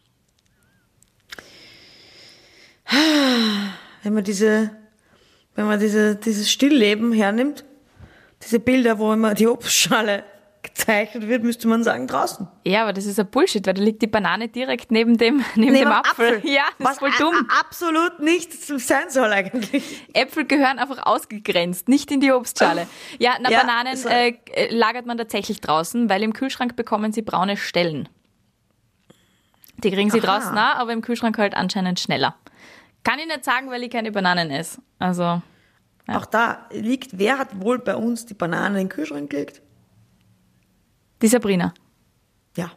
Wenn man diese, wenn man diese, dieses Stillleben hernimmt, diese Bilder, wo immer die Obstschale gezeichnet wird, müsste man sagen, draußen. Ja, aber das ist ein Bullshit, weil da liegt die Banane direkt neben dem, neben dem Apfel. Ja, das was ist voll a- dumm. a- absolut nichts sein soll eigentlich. Äpfel gehören einfach ausgegrenzt, nicht in die Obstschale. Ja, na, Ja, Bananen so- äh, äh, lagert man tatsächlich draußen, weil im Kühlschrank bekommen sie braune Stellen. Die kriegen sie Aha. draußen auch, aber im Kühlschrank halt anscheinend schneller. Kann ich nicht sagen, weil ich keine Bananen esse. Also, Auch da liegt, wer hat wohl bei uns die Banane in den Kühlschrank gelegt? die Sabrina. Ja,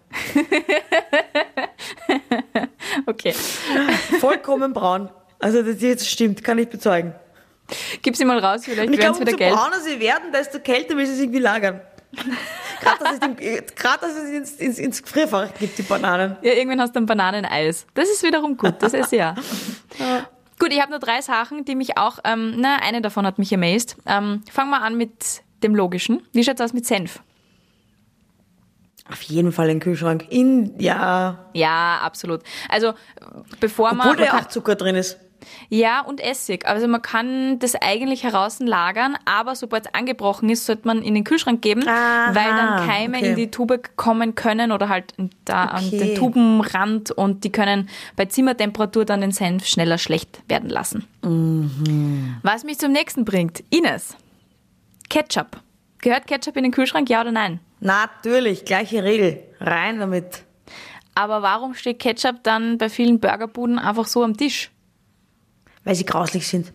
Okay. vollkommen braun. Also das jetzt stimmt, kann ich bezeugen. Gib sie mal raus, vielleicht Und ich werden glaube, sie wieder umso gelb. brauner sie werden, desto kälter will sie sich irgendwie lagern. Gerade, dass es, dem- gerade, dass es ins, ins, ins Gefrierfach gibt, die Bananen. Ja, irgendwann hast du ein Bananeneis. Das ist wiederum gut, das esse ich ja. Gut, ich habe nur drei Sachen, die mich auch, ähm, na, eine davon hat mich amazed. Ähm, fangen wir an mit dem Logischen. Wie schaut's aus mit Senf? Auf jeden Fall in den Kühlschrank. In, ja, Ja, absolut. Also, bevor man... obwohl da man ja kann, auch Zucker drin ist. ja, und Essig. Also man kann das eigentlich heraus lagern, aber sobald es angebrochen ist, sollte man in den Kühlschrank geben, Aha, weil dann Keime okay. in die Tube kommen können oder halt da an Okay. den Tubenrand und die können bei Zimmertemperatur dann den Senf schneller schlecht werden lassen. Mhm. Was mich zum nächsten bringt. Ines, Ketchup. Gehört Ketchup in den Kühlschrank, ja oder nein? Natürlich, gleiche Regel. Rein damit. Aber warum steht Ketchup dann bei vielen Burgerbuden einfach so am Tisch? Weil sie grauslich sind.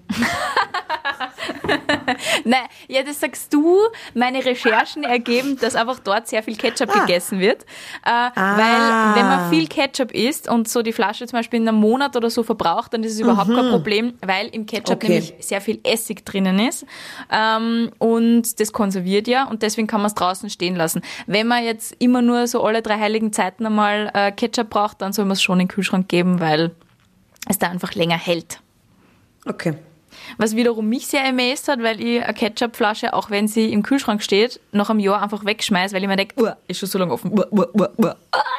Nein, ja, das sagst du. Meine Recherchen ergeben, dass einfach dort sehr viel Ketchup Ah. gegessen wird. Äh, Weil, wenn man viel Ketchup isst und so die Flasche zum Beispiel in einem Monat oder so verbraucht, dann ist es überhaupt kein Problem, weil im Ketchup Okay. nämlich sehr viel Essig drinnen ist. Ähm, und das konserviert ja und deswegen kann man es draußen stehen lassen. Wenn man jetzt immer nur so alle drei heiligen Zeiten einmal äh, Ketchup braucht, dann soll man es schon in den Kühlschrank geben, weil es da einfach länger hält. Okay. Was wiederum mich sehr amazed hat, weil ich eine Ketchupflasche, auch wenn sie im Kühlschrank steht, nach einem Jahr einfach wegschmeiße, weil ich mir denke, uah, ist schon so lange offen. Uah, uah, uah, uah.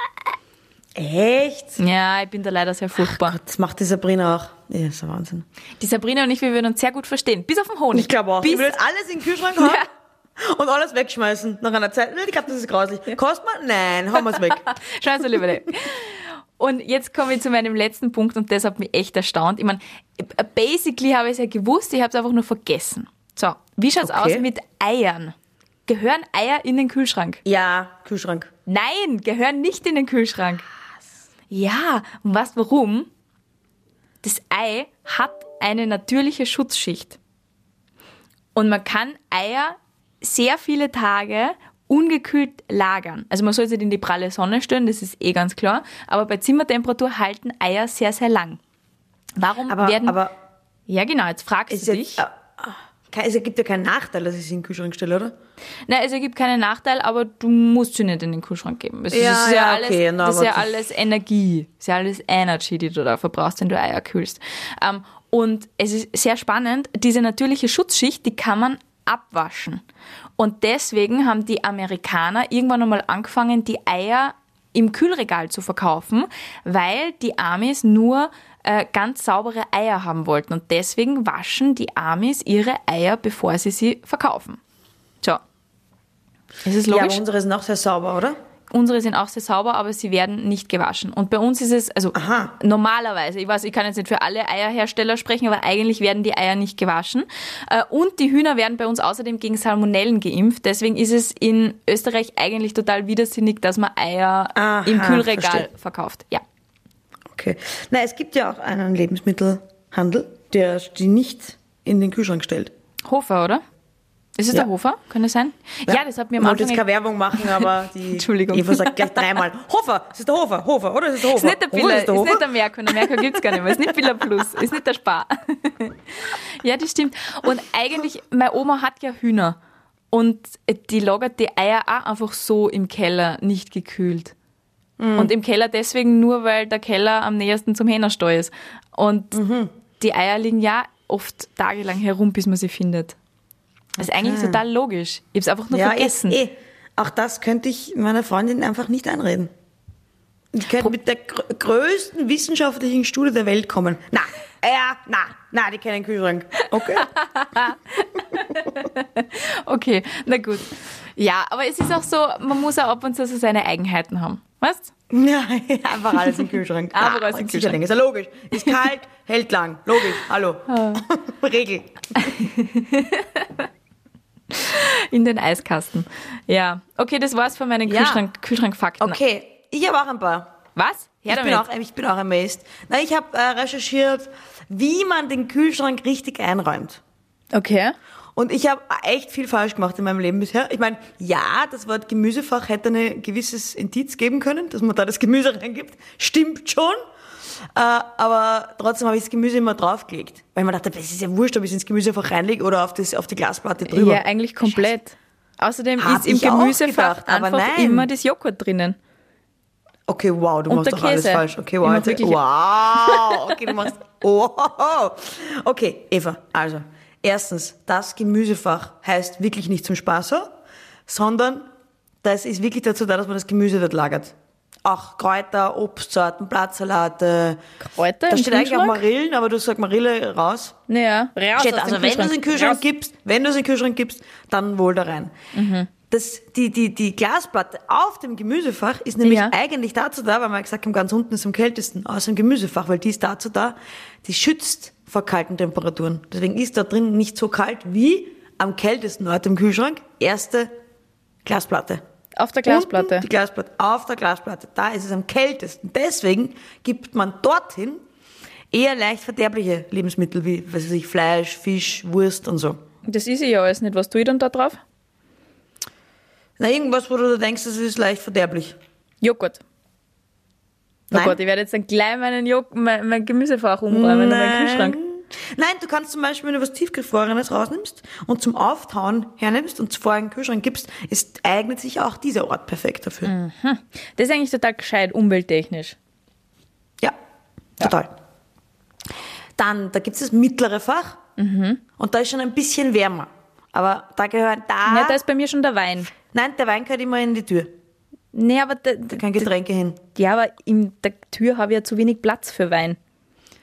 Echt? Ja, ich bin da leider sehr furchtbar. Das macht die Sabrina auch. Ja, ist ein Wahnsinn. Die Sabrina und ich, wir würden uns sehr gut verstehen. Bis auf den Honig. Ich glaube auch. Bis, Ich will jetzt alles in den Kühlschrank haben. Ja. Und alles wegschmeißen nach einer Zeit. Ich glaube, das ist grauslich. Kostet man? Nein, haben wir es weg. Scheiße, lieber nicht. Und jetzt komme ich zu meinem letzten Punkt und das hat mich echt erstaunt. Ich meine, basically habe ich es ja gewusst, ich habe es einfach nur vergessen. So, wie schaut's Okay. aus mit Eiern? Gehören Eier in den Kühlschrank? Ja, Kühlschrank. Nein, gehören nicht in den Kühlschrank. Ja, und weißt warum? Das Ei hat eine natürliche Schutzschicht. Und man kann Eier sehr viele Tage ungekühlt lagern. Also man soll sie in die pralle Sonne stellen, das ist eh ganz klar. Aber bei Zimmertemperatur halten Eier sehr, sehr lang. Warum Aber, werden... aber ja genau, jetzt fragst es, du ist dich. jetzt, äh, es gibt ja keinen Nachteil, dass ich sie in den Kühlschrank stelle, oder? Nein, es ergibt keinen Nachteil, aber du musst sie nicht in den Kühlschrank geben. Das Ja, ist ja, alles, okay, na, das ist aber ja das- alles Energie. Das ist ja alles Energy, die du da verbrauchst, wenn du Eier kühlst. Ähm, und es ist sehr spannend, diese natürliche Schutzschicht, die kann man abwaschen. Und deswegen haben die Amerikaner irgendwann einmal angefangen, die Eier im Kühlregal zu verkaufen, weil die Amis nur äh, ganz saubere Eier haben wollten. Und deswegen waschen die Amis ihre Eier, bevor sie sie verkaufen. So. Ist es Ja, logisch? aber unsere sind auch sehr sauber, oder? Unsere sind auch sehr sauber, aber sie werden nicht gewaschen. Und bei uns ist es, also Aha. normalerweise, ich weiß, ich kann jetzt nicht für alle Eierhersteller sprechen, aber eigentlich werden die Eier nicht gewaschen. Äh, Und die Hühner werden bei uns außerdem gegen Salmonellen geimpft. Deswegen ist es in Österreich eigentlich total widersinnig, dass man Eier Aha, im Kühlregal verstehe. verkauft. Ja. Okay. Na, es gibt ja auch einen Lebensmittelhandel, der die nicht in den Kühlschrank stellt. Hofer, oder? Ist es Ja. der Hofer? Kann das sein? Ja, das hat mir am Ich wollte Anfang... jetzt keine Werbung machen, aber die Entschuldigung. Eva sagt gleich dreimal, Hofer, es ist der Hofer, Hofer, oder? Es ist der Hofer. Ist nicht der Hofer, Billa, es ist der Hofer? nicht der Merkur, der Merkur gibt's gar nicht mehr, ist nicht Billa Plus, ist nicht der Spar. Ja, das stimmt. Und eigentlich, meine Oma hat ja Hühner und die lagert die Eier auch einfach so im Keller, nicht gekühlt. Und im Keller deswegen nur, weil der Keller am nächsten zum Hähnerstall ist. Und die Eier liegen ja oft tagelang herum, bis man sie findet. Das ist eigentlich total logisch. Ich habe es einfach nur Ja, vergessen. eh, eh. Auch das könnte ich meiner Freundin einfach nicht einreden. Ich könnte mit der gr- größten wissenschaftlichen Studie der Welt kommen. Na, ja, na, na, die kennen Kühlschrank. Okay. Okay, na gut. Ja, aber es ist auch so, man muss auch ab und zu so seine Eigenheiten haben. Weißt du? Ja, einfach alles im Kühlschrank. Einfach alles im sicher Kühlschrank. denken. Ist ja logisch. Ist kalt, hält lang. Logisch. Hallo. Regel. In den Eiskasten. Ja. Okay, das war's von meinen Ja. Kühlschrank, Kühlschrankfakten. Okay, ich habe auch ein paar. Was? Her Ich bin, damit. auch, ich bin auch amazed. Na, ich habe äh, recherchiert, wie man den Kühlschrank richtig einräumt. Okay. Und ich habe echt viel falsch gemacht in meinem Leben bisher. Ich meine, ja, das Wort Gemüsefach hätte ein gewisses Indiz geben können, dass man da das Gemüse reingibt. Stimmt schon. Äh, aber trotzdem habe ich das Gemüse immer draufgelegt. Weil man dachte, es ist ja wurscht, ob ich es ins Gemüsefach reinlege oder auf, das, auf die Glasplatte drüber. Ja, eigentlich komplett. Außerdem Hab ist im ich auch Gemüsefach gedacht, aber einfach nein. immer das Joghurt drinnen. Okay, wow, du Und machst der doch alles Käse. falsch. Okay, Ich wow. mach Jetzt, wirklich- wow, okay, du machst... Oh, okay, Eva, also, erstens, das Gemüsefach heißt wirklich nicht zum Spaß so, sondern das ist wirklich dazu da, dass man das Gemüse dort lagert. Auch Kräuter, Obstsorten, Blattsalate. Kräuter Da im steht eigentlich auch Kühlschrank? Marillen, aber du sagst Marille raus. Naja, raus Steht, aus also dem wenn du es in den Kühlschrank Raus. gibst, wenn du es in den Kühlschrank gibst, dann wohl da rein. Mhm. Das, die, die, die Glasplatte auf dem Gemüsefach ist nämlich Ja. eigentlich dazu da, weil man gesagt haben, ganz unten ist am kältesten, aus dem Gemüsefach, weil die ist dazu da, die schützt vor kalten Temperaturen. Deswegen ist da drin nicht so kalt wie am kältesten Ort im Kühlschrank. Erste Glasplatte. Auf der Glasplatte. Unten die Glasplatte, auf der Glasplatte. Da ist es am kältesten. Deswegen gibt man dorthin eher leicht verderbliche Lebensmittel wie, was weiß ich, Fleisch, Fisch, Wurst und so. Das ist ja alles nicht. Was tue ich dann da drauf? Na, irgendwas, wo du denkst, das ist leicht verderblich. Joghurt. Oh Nein. Gott, ich werde jetzt dann gleich meinen Jog mein, mein Gemüsefach umräumen in meinen Kühlschrank. Nein, du kannst zum Beispiel, wenn du was Tiefgefrorenes rausnimmst und zum Auftauen hernimmst und vorher in den Kühlschrank gibst, ist, eignet sich auch dieser Ort perfekt dafür. Das ist eigentlich total gescheit, umwelttechnisch. Ja, total. Dann, da gibt es das mittlere Fach und da ist schon ein bisschen wärmer. Aber da gehören da... Ja, da ist bei mir schon der Wein. Nein, der Wein gehört immer in die Tür. Nee, aber da, Da können Getränke hin. ja, aber in der Tür habe ich ja zu wenig Platz für Wein.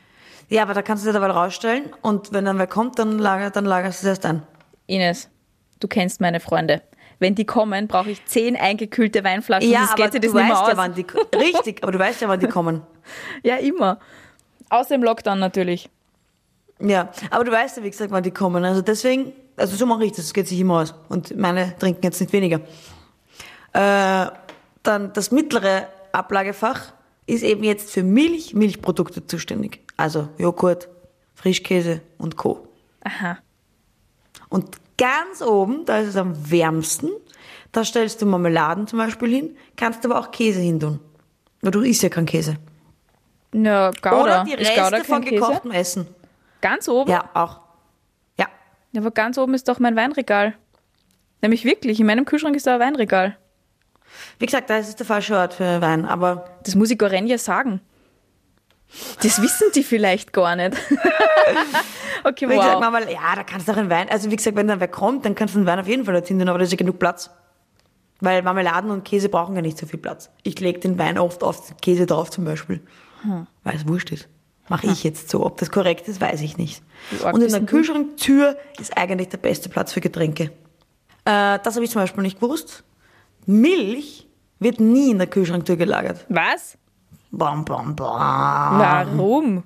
Ja, aber da kannst du dir dabei rausstellen und wenn dann wer kommt, dann, lager, dann lagerst du es erst ein. Ines, du kennst meine Freunde. Wenn die kommen, brauche ich zehn eingekühlte Weinflaschen, Ja, sonst aber geht sich das du nicht mehr weißt aus. ja, wann die richtig, aber du weißt ja, wann die kommen. Ja, immer. Außer im Lockdown natürlich. Ja, aber du weißt ja, wie gesagt, wann die kommen. Also deswegen, also so mache ich das, das geht sich immer aus. Und meine trinken jetzt nicht weniger. Äh, dann das mittlere Ablagefach ist eben jetzt für Milch, Milchprodukte zuständig. Also Joghurt, Frischkäse und Co. Aha. Und ganz oben, da ist es am wärmsten, da stellst du Marmeladen zum Beispiel hin, kannst aber auch Käse hin tun. Weil du isst ja keinen Käse. Ja, Gouda. Oder die Ist Gouda Reste von kein Käse? gekochtem Essen. Ganz oben? Ja, auch. Ja. Ja, aber ganz oben ist doch mein Weinregal. Nämlich wirklich, in meinem Kühlschrank ist da ein Weinregal. Wie gesagt, da ist es der falsche Ort für Wein, aber Das muss ich Gorenja sagen. Das wissen die vielleicht gar nicht. Okay, wie gesagt, wow. manchmal, ja, da kannst du auch einen Wein, also wie gesagt, wenn dann wer kommt, dann kannst du einen Wein auf jeden Fall dorthin tun, aber da ist ja genug Platz. Weil Marmeladen und Käse brauchen ja nicht so viel Platz. Ich lege den Wein oft auf den Käse drauf zum Beispiel, hm. weil es wurscht ist. Mache ich jetzt so. Ob das korrekt ist, weiß ich nicht. Wie arg Und in bist der denn du? Kühlschranktür ist eigentlich der beste Platz für Getränke. Äh, das habe ich zum Beispiel nicht gewusst. Milch wird nie in der Kühlschranktür gelagert. Was? Bam, bam, bam. Warum?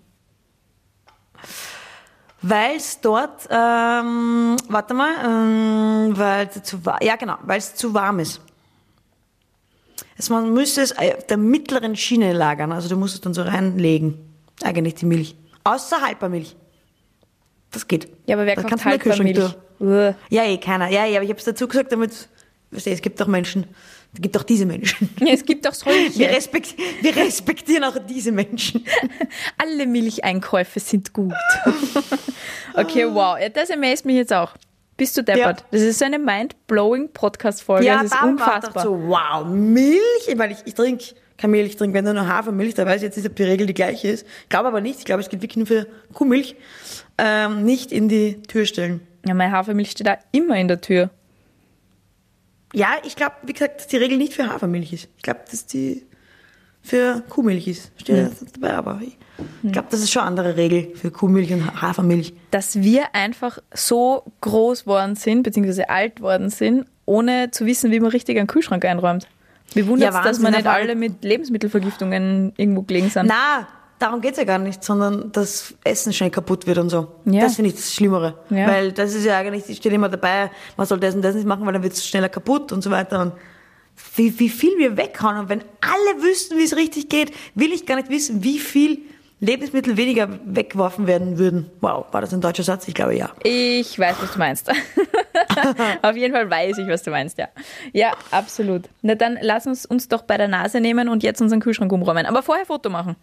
Weil es dort, ähm, warte mal, ähm, weil es zu warm, ja genau, weil es zu warm ist. Also man müsste es auf der mittleren Schiene lagern, also du musst es dann so reinlegen, eigentlich die Milch. Außer Halbmilch. Das geht. Ja, aber wer Da kauft kannst du in der Halbmilch? Kühlschranktür- Ja, eh, keiner. Ja, ja, aber ich habe es dazu gesagt, damit, weißt du, es gibt auch Menschen, es gibt auch diese Menschen. Ja, es gibt auch solche. Wir, respekt, wir respektieren auch diese Menschen. Alle Milcheinkäufe sind gut. Okay, wow. Ja, das amazt mich jetzt auch. Bist du deppert? Ja. Das ist so eine mind-blowing Podcast-Folge. Ja, das ist da hab ich mir auch unfassbar. gedacht so, wow, Milch? Weil ich, ich trinke keine Milch, ich trinke wenn dann nur Hafermilch, da weiß ich jetzt nicht, ob die Regel die gleiche ist. Ich glaube aber nicht, ich glaube, es geht wirklich nur für Kuhmilch. Ähm, nicht in die Tür stellen. Ja, meine Hafermilch steht da immer in der Tür. Ja, ich glaube, wie gesagt, dass die Regel nicht für Hafermilch ist. Ich glaube, dass die für Kuhmilch ist. Steht ja dabei, aber ich, ich glaube, das ist schon eine andere Regel für Kuhmilch und Ha- Hafermilch. Dass wir einfach so groß worden sind, beziehungsweise alt worden sind, ohne zu wissen, wie man richtig einen Kühlschrank einräumt. Mir wundert es, Ja, dass wir Wahnsinn, nicht aber- alle mit Lebensmittelvergiftungen irgendwo gelegen sind. Na, darum geht's ja gar nicht, sondern dass Essen schnell kaputt wird und so. Ja. Das finde ich das Schlimmere. Ja. Weil das ist ja eigentlich, es steht immer dabei, man soll das und das nicht machen, weil dann wird es schneller kaputt und so weiter. Und wie, wie viel wir weghauen. Und wenn alle wüssten, wie es richtig geht, will ich gar nicht wissen, wie viel Lebensmittel weniger weggeworfen werden würden. Wow, war das ein deutscher Satz? Ich glaube, ja. Ich weiß, was du meinst. Auf jeden Fall weiß ich, was du meinst, ja. Ja, absolut. Na dann lass uns uns doch bei der Nase nehmen und jetzt unseren Kühlschrank umräumen. Aber vorher Foto machen.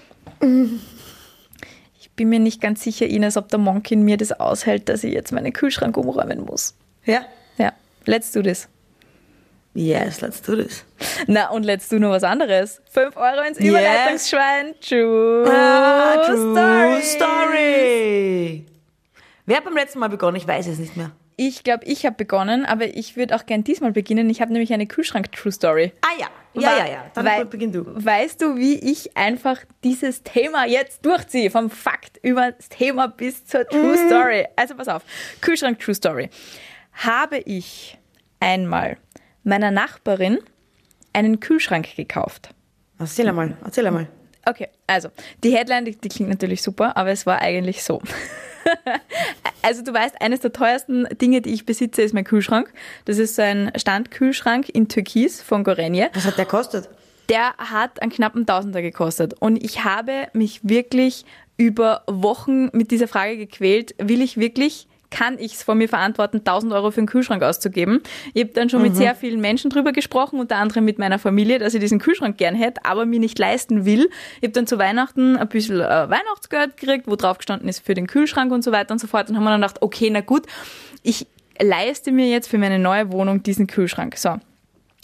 Ich bin mir nicht ganz sicher, Ines, ob der Monkin mir das aushält, dass ich jetzt meinen Kühlschrank umräumen muss. Ja? Ja, let's do this. Yes, let's do this. Na, und let's do noch was anderes. Fünf Euro ins Yes. Überleitungsschwein. True, Ah, true Story. story. Wer hat beim letzten Mal begonnen? Ich weiß es nicht mehr. Ich glaube, ich habe begonnen, aber ich würde auch gern diesmal beginnen. Ich habe nämlich eine Kühlschrank-True-Story. Ah ja, ja, Wa- ja, ja. Dann Wei- beginn du. Weißt du, wie ich einfach dieses Thema jetzt durchziehe? Vom Fakt über das Thema bis zur True Mhm. Story. Also pass auf. Kühlschrank True Story. Habe ich einmal meiner Nachbarin einen Kühlschrank gekauft. Erzähl einmal, erzähl einmal. Okay, also die Headline, die, die klingt natürlich super, aber es war eigentlich so. Also du weißt, eines der teuersten Dinge, die ich besitze, ist mein Kühlschrank. Das ist so ein Standkühlschrank in Türkis von Gorenje. Was hat der kostet? Der hat einen knappen Tausender gekostet. Und ich habe mich wirklich über Wochen mit dieser Frage gequält, will ich wirklich, kann ich es von mir verantworten, tausend Euro für einen Kühlschrank auszugeben? Ich habe dann schon mit sehr vielen Menschen drüber gesprochen, unter anderem mit meiner Familie, dass ich diesen Kühlschrank gern hätte, aber mir nicht leisten will. Ich habe dann zu Weihnachten ein bisschen äh, Weihnachtsgeld gekriegt, wo drauf gestanden ist für den Kühlschrank und so weiter und so fort. Und haben wir dann gedacht, okay, na gut, ich leiste mir jetzt für meine neue Wohnung diesen Kühlschrank. So.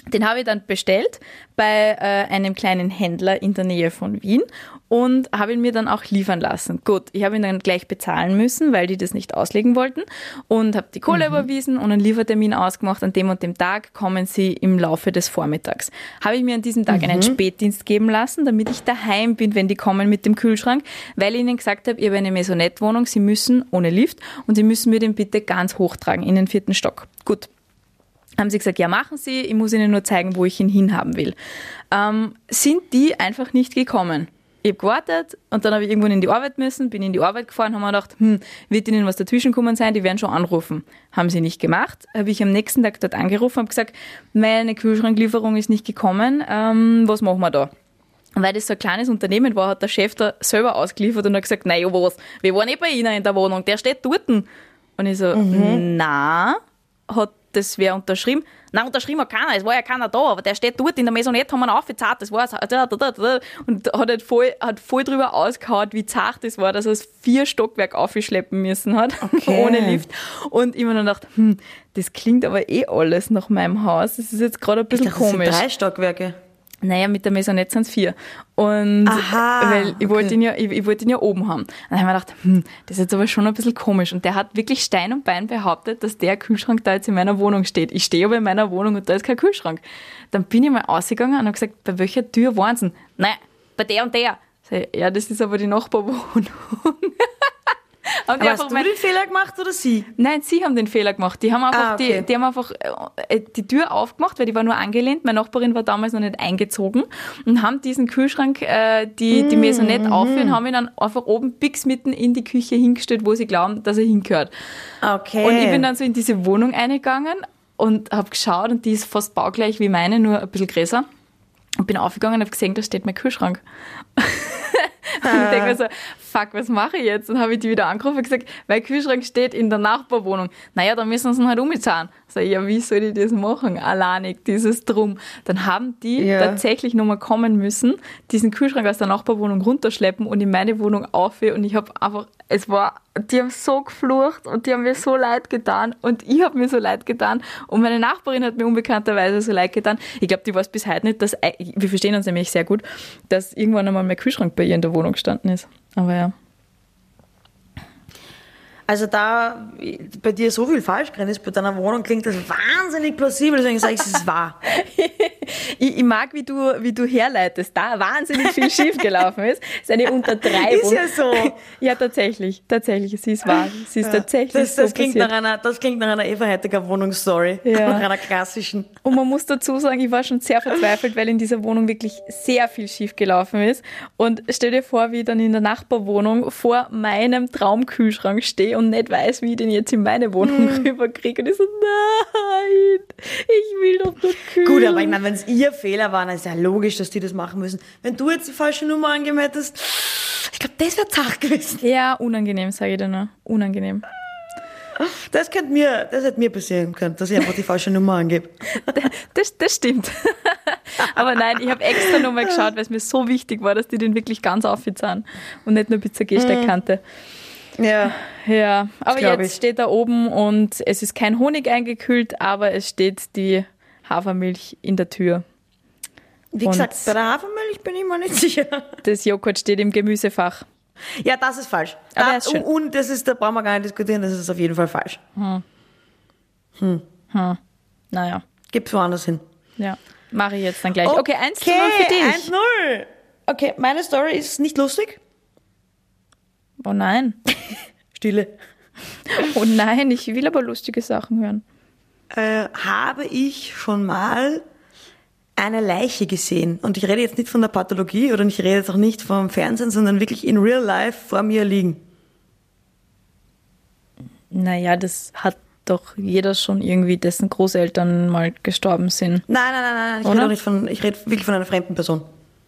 Den habe ich dann bestellt bei äh, einem kleinen Händler in der Nähe von Wien und habe ihn mir dann auch liefern lassen. Gut, ich habe ihn dann gleich bezahlen müssen, weil die das nicht auslegen wollten und habe die Kohle mhm. überwiesen und einen Liefertermin ausgemacht. An dem und dem Tag kommen sie im Laufe des Vormittags. Habe ich mir an diesem Tag mhm. einen Spätdienst geben lassen, damit ich daheim bin, wenn die kommen mit dem Kühlschrank, weil ich ihnen gesagt habe, ich habe eine Maisonette-Wohnung, sie müssen ohne Lift und sie müssen mir den bitte ganz hochtragen in den vierten Stock. Gut. Haben sie gesagt, ja, machen Sie, ich muss Ihnen nur zeigen, wo ich ihn hinhaben will. Ähm, sind die einfach nicht gekommen. Ich habe gewartet und dann habe ich irgendwann in die Arbeit müssen, bin in die Arbeit gefahren, haben mir gedacht, hm, wird Ihnen was dazwischen gekommen sein, die werden schon anrufen. Haben sie nicht gemacht, habe ich am nächsten Tag dort angerufen und habe gesagt, meine Kühlschranklieferung ist nicht gekommen, ähm, was machen wir da? Weil das so ein kleines Unternehmen war, hat der Chef da selber ausgeliefert und hat gesagt, naja, was, wir waren eh bei Ihnen in der Wohnung, der steht dort. Und ich so, mhm. na, hat das wer unterschrieben? Nein, unterschrieben hat keiner, es war ja keiner da, aber der steht dort in der Maisonette, haben wir ihn aufgezahlt, das war's. Und hat halt voll, hat voll drüber ausgehauen, wie zart das war, dass er es vier Stockwerk aufschleppen müssen hat, okay. ohne Lift. Und ich mir dann gedacht, hm, das klingt aber eh alles nach meinem Haus, das ist jetzt gerade ein bisschen ich dachte, komisch. Das sind drei Stockwerke. Naja, mit der Maisonette sind es vier. Und Aha, weil ich okay. wollte ihn ja, ich, ich wollte ihn ja oben haben. Dann habe ich mir gedacht, hm, das ist jetzt aber schon ein bisschen komisch. Und der hat wirklich Stein und Bein behauptet, dass der Kühlschrank da jetzt in meiner Wohnung steht. Ich stehe aber in meiner Wohnung und da ist kein Kühlschrank. Dann bin ich mal rausgegangen und habe gesagt, bei welcher Tür waren sie? Nein, bei der und der. Ich, ja, das ist aber die Nachbarwohnung. Aber hast du den Fehler gemacht oder sie? Nein, sie haben den Fehler gemacht. Die haben einfach, ah, okay. die, die haben einfach äh, die Tür aufgemacht, weil die war nur angelehnt. Meine Nachbarin war damals noch nicht eingezogen und haben diesen Kühlschrank, äh, die, mm, die Maisonette mm. aufhören, haben ihn dann einfach oben pix mitten in die Küche hingestellt, wo sie glauben, dass er hingehört. Okay. Und ich bin dann so in diese Wohnung eingegangen und habe geschaut und die ist fast baugleich wie meine, nur ein bisschen größer. Und bin aufgegangen und habe gesehen, da steht mein Kühlschrank. Und ich denke mir so, fuck, was mache ich jetzt? Und habe ich die wieder angerufen und gesagt, mein Kühlschrank steht in der Nachbarwohnung. Naja, dann müssen sie ihn halt umzahlen. Sag ich, ja, wie soll ich das machen? Alleinig, dieses Drum. Dann haben die ja. tatsächlich nochmal kommen müssen, diesen Kühlschrank aus der Nachbarwohnung runterschleppen und in meine Wohnung aufhören. Und ich habe einfach, es war, die haben so geflucht und die haben mir so leid getan und ich habe mir so leid getan und meine Nachbarin hat mir unbekannterweise so leid getan. Ich glaube, die weiß bis heute nicht, dass, wir verstehen uns nämlich sehr gut, dass irgendwann einmal mein Kühlschrank bei ihr in der Wohnung gestanden ist. Aber ja. Also da bei dir so viel falsch drin ist, bei deiner Wohnung klingt das wahnsinnig plausibel, deswegen sage ich, es ist wahr. ich, ich mag, wie du, wie du herleitest, da wahnsinnig viel schiefgelaufen ist. Es ist eine Untertreibung. Ist ja so. Ja, tatsächlich, tatsächlich, sie ist wahr. Sie ist ja, tatsächlich das, das so klingt nach einer, Das klingt nach einer Eva Hettiger Wohnungsstory, ja. nach einer klassischen. Und man muss dazu sagen, ich war schon sehr verzweifelt, weil in dieser Wohnung wirklich sehr viel schiefgelaufen ist. Und stell dir vor, wie ich dann in der Nachbarwohnung vor meinem Traumkühlschrank stehe und nicht weiß, wie ich den jetzt in meine Wohnung hm. rüberkriege. Und ich so, nein, ich will doch nur kühlen. Gut, aber ich meine, wenn es ihr Fehler war, dann ist ja logisch, dass die das machen müssen. Wenn du jetzt die falsche Nummer angegeben hättest, ich glaube, das wäre zart gewesen. Ja, unangenehm, sage ich dir nur. Unangenehm. Das könnte mir, das hätte mir passieren können, dass ich einfach die falsche Nummer angebe. Das, das stimmt. Aber nein, ich habe extra nochmal geschaut, weil es mir so wichtig war, dass die den wirklich ganz aufzahlen und nicht nur bis zur Gehsteigkante. Ja. Ja, aber jetzt ich. steht da oben und es ist kein Honig eingekühlt, aber es steht die Hafermilch in der Tür. Wie und gesagt, bei der Hafermilch bin ich mir nicht sicher. Das Joghurt steht im Gemüsefach. Ja, das ist falsch. Aber da, ist schön. Und das ist, da brauchen wir gar nicht diskutieren, das ist auf jeden Fall falsch. Hm. Hm. Hm. Naja. Gib's woanders hin. Ja, mache ich jetzt dann gleich. Okay, okay eins zu null für dich. eins null. Okay, meine Story ist nicht lustig. Oh nein. Stille. Oh nein, ich will aber lustige Sachen hören. Äh, habe ich schon mal eine Leiche gesehen? Und ich rede jetzt nicht von der Pathologie oder ich rede jetzt auch nicht vom Fernsehen, sondern wirklich in real life vor mir liegen. Naja, das hat doch jeder schon irgendwie, dessen Großeltern mal gestorben sind. Nein, nein, nein, nein. Ich rede, auch nicht von, ich rede wirklich von einer fremden Person.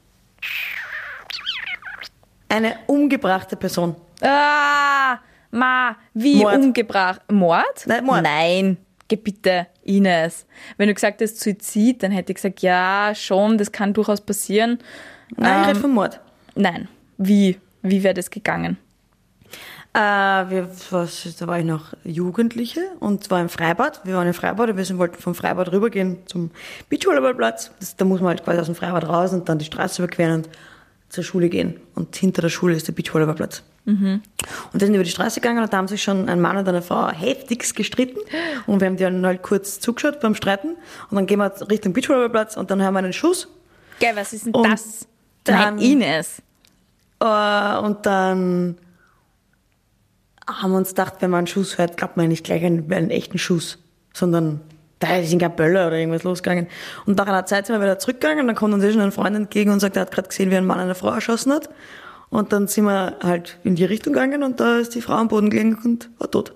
Eine umgebrachte Person. Ah, ma, wie Mord. umgebracht? Mord? Nein, Mord. Nein, geh bitte, Ines. Wenn du gesagt hast Suizid, dann hätte ich gesagt, ja, schon, das kann durchaus passieren. Nein, ähm, ich rede von Mord. Nein, wie? Wie wäre das gegangen? Äh, wir, was, da war ich noch Jugendliche und zwar im Freibad. Wir waren im Freibad und wir sind, wollten vom Freibad rübergehen zum Beachvolleyballplatz. Das, da muss man halt quasi aus dem Freibad raus und dann die Straße überqueren und zur Schule gehen. Und hinter der Schule ist der Beachvolleyballplatz. Mhm. Und wir sind über die Straße gegangen und da haben sich schon ein Mann und eine Frau heftigst gestritten. Und wir haben die dann halt kurz zugeschaut beim Streiten. Und dann gehen wir Richtung Beachvolleyballplatz und dann hören wir einen Schuss. Geil, was ist denn und das? Dann, Nein, Ines. Äh, und dann haben wir uns gedacht, wenn man einen Schuss hört, glaubt man nicht gleich einen, einen echten Schuss, sondern da sind gar Böller oder irgendwas losgegangen. Und nach einer Zeit sind wir wieder zurückgegangen und dann kommt uns eh schon ein Freund entgegen und sagt, er hat gerade gesehen, wie ein Mann eine Frau erschossen hat. Und dann sind wir halt in die Richtung gegangen und da ist die Frau am Boden gelegen und war tot.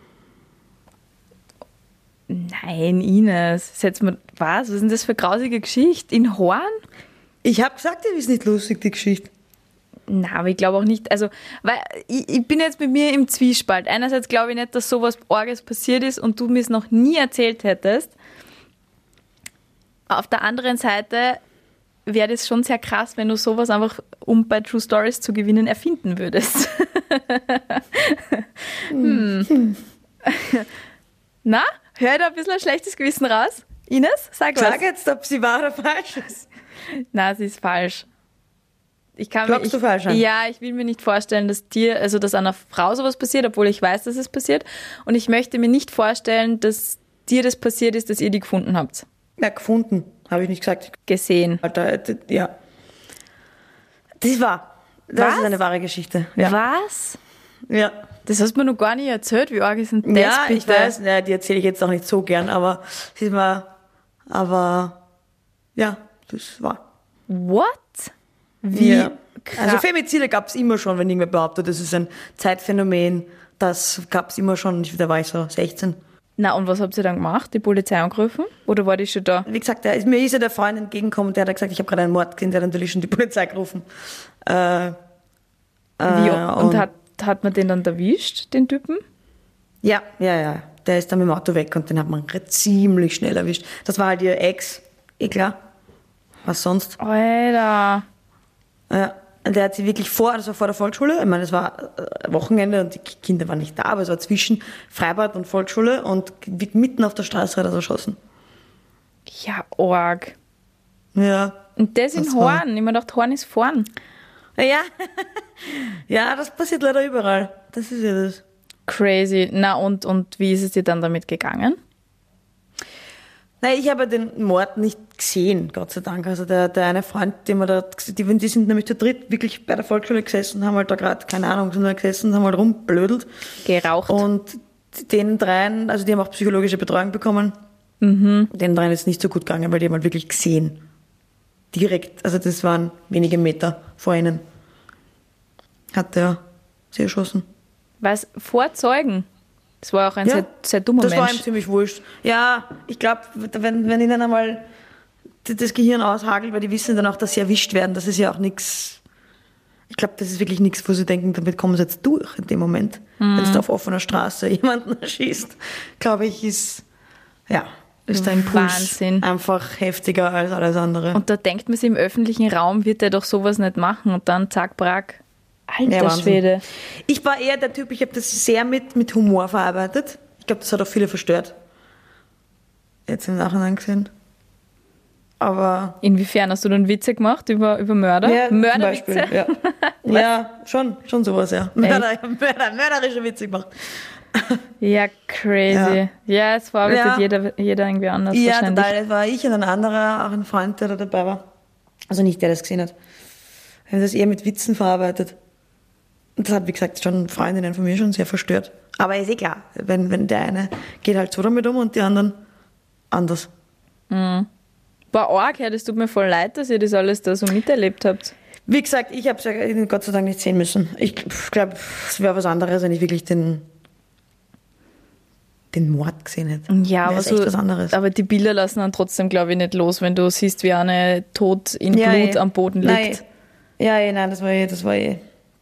Nein, Ines. Setz mal, was? Was ist denn das für eine grausige Geschichte? In Horn? Ich habe gesagt, die ist nicht lustig, die Geschichte. Na, aber ich glaube auch nicht, also, weil ich, ich bin jetzt mit mir im Zwiespalt. Einerseits glaube ich nicht, dass sowas Orges passiert ist und du mir es noch nie erzählt hättest. Auf der anderen Seite wäre das schon sehr krass, wenn du sowas einfach, um bei True Stories zu gewinnen, erfinden würdest. hm. Na, hör da ein bisschen ein schlechtes Gewissen raus? Ines, sag was. Sag jetzt, ob sie wahr oder falsch ist. Na, sie ist falsch. Ich kann Glaubst mir, ich, du falsch an? Ja, ich will mir nicht vorstellen, dass dir, also dass einer Frau sowas passiert, obwohl ich weiß, dass es passiert. Und ich möchte mir nicht vorstellen, dass dir das passiert ist, dass ihr die gefunden habt. Ja, gefunden, habe ich nicht gesagt. Gesehen. Alter, ja. Das ist wahr. Das Was? ist eine wahre Geschichte. Ja. Was? Ja. Das hast du mir noch gar nicht erzählt. Wie arg ist denn das, Ja, bitte? ich weiß, ja, die erzähle ich jetzt auch nicht so gern, aber es ist mal, aber ja, das war. What? Wie? Ja. krass. Also Femizide gab es immer schon, wenn irgendwer behauptet, das ist ein Zeitphänomen, das gab es immer schon, da war ich so sechzehn. Na, und was habt ihr dann gemacht? Die Polizei angerufen? Oder war die schon da? Wie gesagt, der, mir ist ja der Freund entgegengekommen, der hat gesagt, ich habe gerade einen Mord gesehen, der hat natürlich schon die Polizei gerufen. Äh, äh, Wie? Und, und hat, hat man den dann erwischt, den Typen? Ja, ja, ja. Der ist dann mit dem Auto weg und den hat man ziemlich schnell erwischt. Das war halt ihr Ex, eh klar. Was sonst? Alter. Ja, der hat sie wirklich vor, das war vor der Volksschule. Ich meine, es war Wochenende und die Kinder waren nicht da, aber es war zwischen Freibad und Volksschule und mitten auf der Straße hat er erschossen. Ja, arg. Ja. Und das in Das war- Horn. Ich mir gedacht, Horn ist vorn. Ja. Ja, das passiert leider überall. Das ist ja das. Crazy. Na, und, und wie ist es dir dann damit gegangen? Nein, ich habe den Mord nicht gesehen, Gott sei Dank. Also der, der eine Freund, den wir da, die, die sind nämlich zu dritt wirklich bei der Volksschule gesessen, haben halt da gerade, keine Ahnung, sind da gesessen, haben halt rumblödelt. Geraucht. Und den dreien, also die haben auch psychologische Betreuung bekommen. Mhm. Den dreien ist nicht so gut gegangen, weil die haben halt wirklich gesehen. Direkt, also das waren wenige Meter vor ihnen. Hat der sie erschossen. Was? Vor Zeugen? Das war auch ein Ja, sehr, sehr dummer das Mensch. war ihm ziemlich wurscht. Ja, ich glaube, wenn, wenn ihnen einmal das Gehirn aushagelt, weil die wissen dann auch, dass sie erwischt werden, das ist ja auch nichts. Ich glaube, das ist wirklich nichts, wo sie denken, damit kommen sie jetzt durch in dem Moment. Mhm. Wenn du auf offener Straße jemanden erschießt, glaube ich, ist, ja, ist der Impuls Wahnsinn. einfach heftiger als alles andere. Und da denkt man sich, im öffentlichen Raum wird der doch sowas nicht machen. Und dann zack, brack. Alter Ja, Wahnsinn. Schwede. Ich war eher der Typ, ich habe das sehr mit, mit Humor verarbeitet. Ich glaube, das hat auch viele verstört. Jetzt im Nachhinein gesehen. Aber Inwiefern hast du dann Witze gemacht über, über Mörder? ja, zum Mörderwitze? Beispiel, ja. ja, schon, schon sowas, ja. Mörder, Mörder, mörderische Witze gemacht. Ja, crazy. Ja, Ja. es verarbeitet Ja. jeder, jeder irgendwie anders Ja, wahrscheinlich. total. Das war ich und ein anderer, auch ein Freund, der da dabei war. Also nicht der, der das gesehen hat. Wir haben das eher mit Witzen verarbeitet. Und das hat, wie gesagt, schon Freundinnen von mir schon sehr verstört. Aber ist eh klar, wenn, wenn der eine geht halt so damit um und die anderen anders. War arg, ja, das tut mir voll leid, dass ihr das alles da so miterlebt habt. Wie gesagt, ich habe es ja Gott sei Dank nicht sehen müssen. Ich glaube, es wäre was anderes, wenn ich wirklich den, den Mord gesehen hätte. Ja, Wäre aber, es so, echt was anderes. aber die Bilder lassen dann trotzdem, glaube ich, nicht los, wenn du siehst, wie eine tot in Ja, Blut eh. am Boden Nein, liegt. Ja, ja, nein, das war eh, das war eh.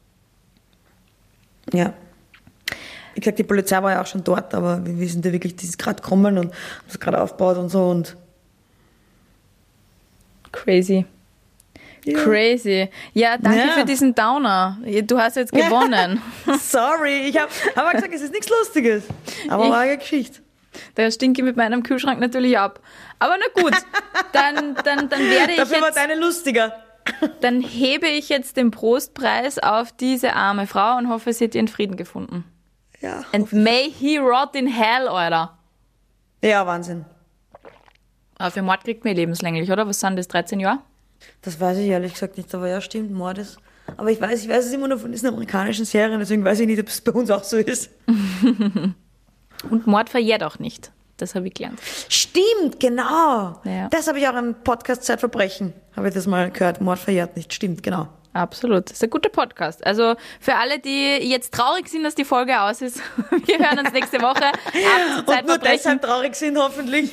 Ja. Wie gesagt, die Polizei war ja auch schon dort, aber wir wissen ja wirklich, die ist gerade kommen und das gerade aufgebaut und so und Crazy. Crazy. Ja, danke Ja. für diesen Downer. Du hast jetzt gewonnen. Sorry, ich habe hab gesagt, es ist nichts Lustiges. Aber Ich- war eine Geschichte. Da stinke ich mit meinem Kühlschrank natürlich ab. Aber na gut, dann, dann, dann werde ich Dafür war jetzt, deine lustiger. dann hebe ich jetzt den Prostpreis auf diese arme Frau und hoffe, sie hat ihren Frieden gefunden. Ja. And may he rot in hell, Alter. Ja, Wahnsinn. Aber für Mord kriegt man lebenslänglich, oder? Was sind das, dreizehn Jahre? Das weiß ich ehrlich gesagt nicht, aber ja, stimmt, Mord ist. Aber ich weiß, ich weiß es immer nur von diesen amerikanischen Serien, deswegen weiß ich nicht, ob es bei uns auch so ist. Und Mord verjährt auch nicht. Das habe ich gelernt. Stimmt, genau. Ja. Das habe ich auch im Podcast Zeitverbrechen, habe ich das mal gehört. Mord verjährt nicht. Stimmt, genau. Absolut. Das ist ein guter Podcast. Also für alle, die jetzt traurig sind, dass die Folge aus ist, wir hören uns nächste Woche ab zu Und nur Zeitverbrechen. deshalb traurig sind, hoffentlich.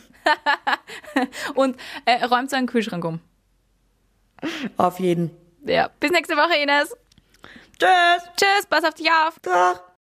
Und äh, räumt so einen Kühlschrank um. Auf jeden. Ja. Bis nächste Woche, Ines. Tschüss. Tschüss, pass auf dich auf. Doch.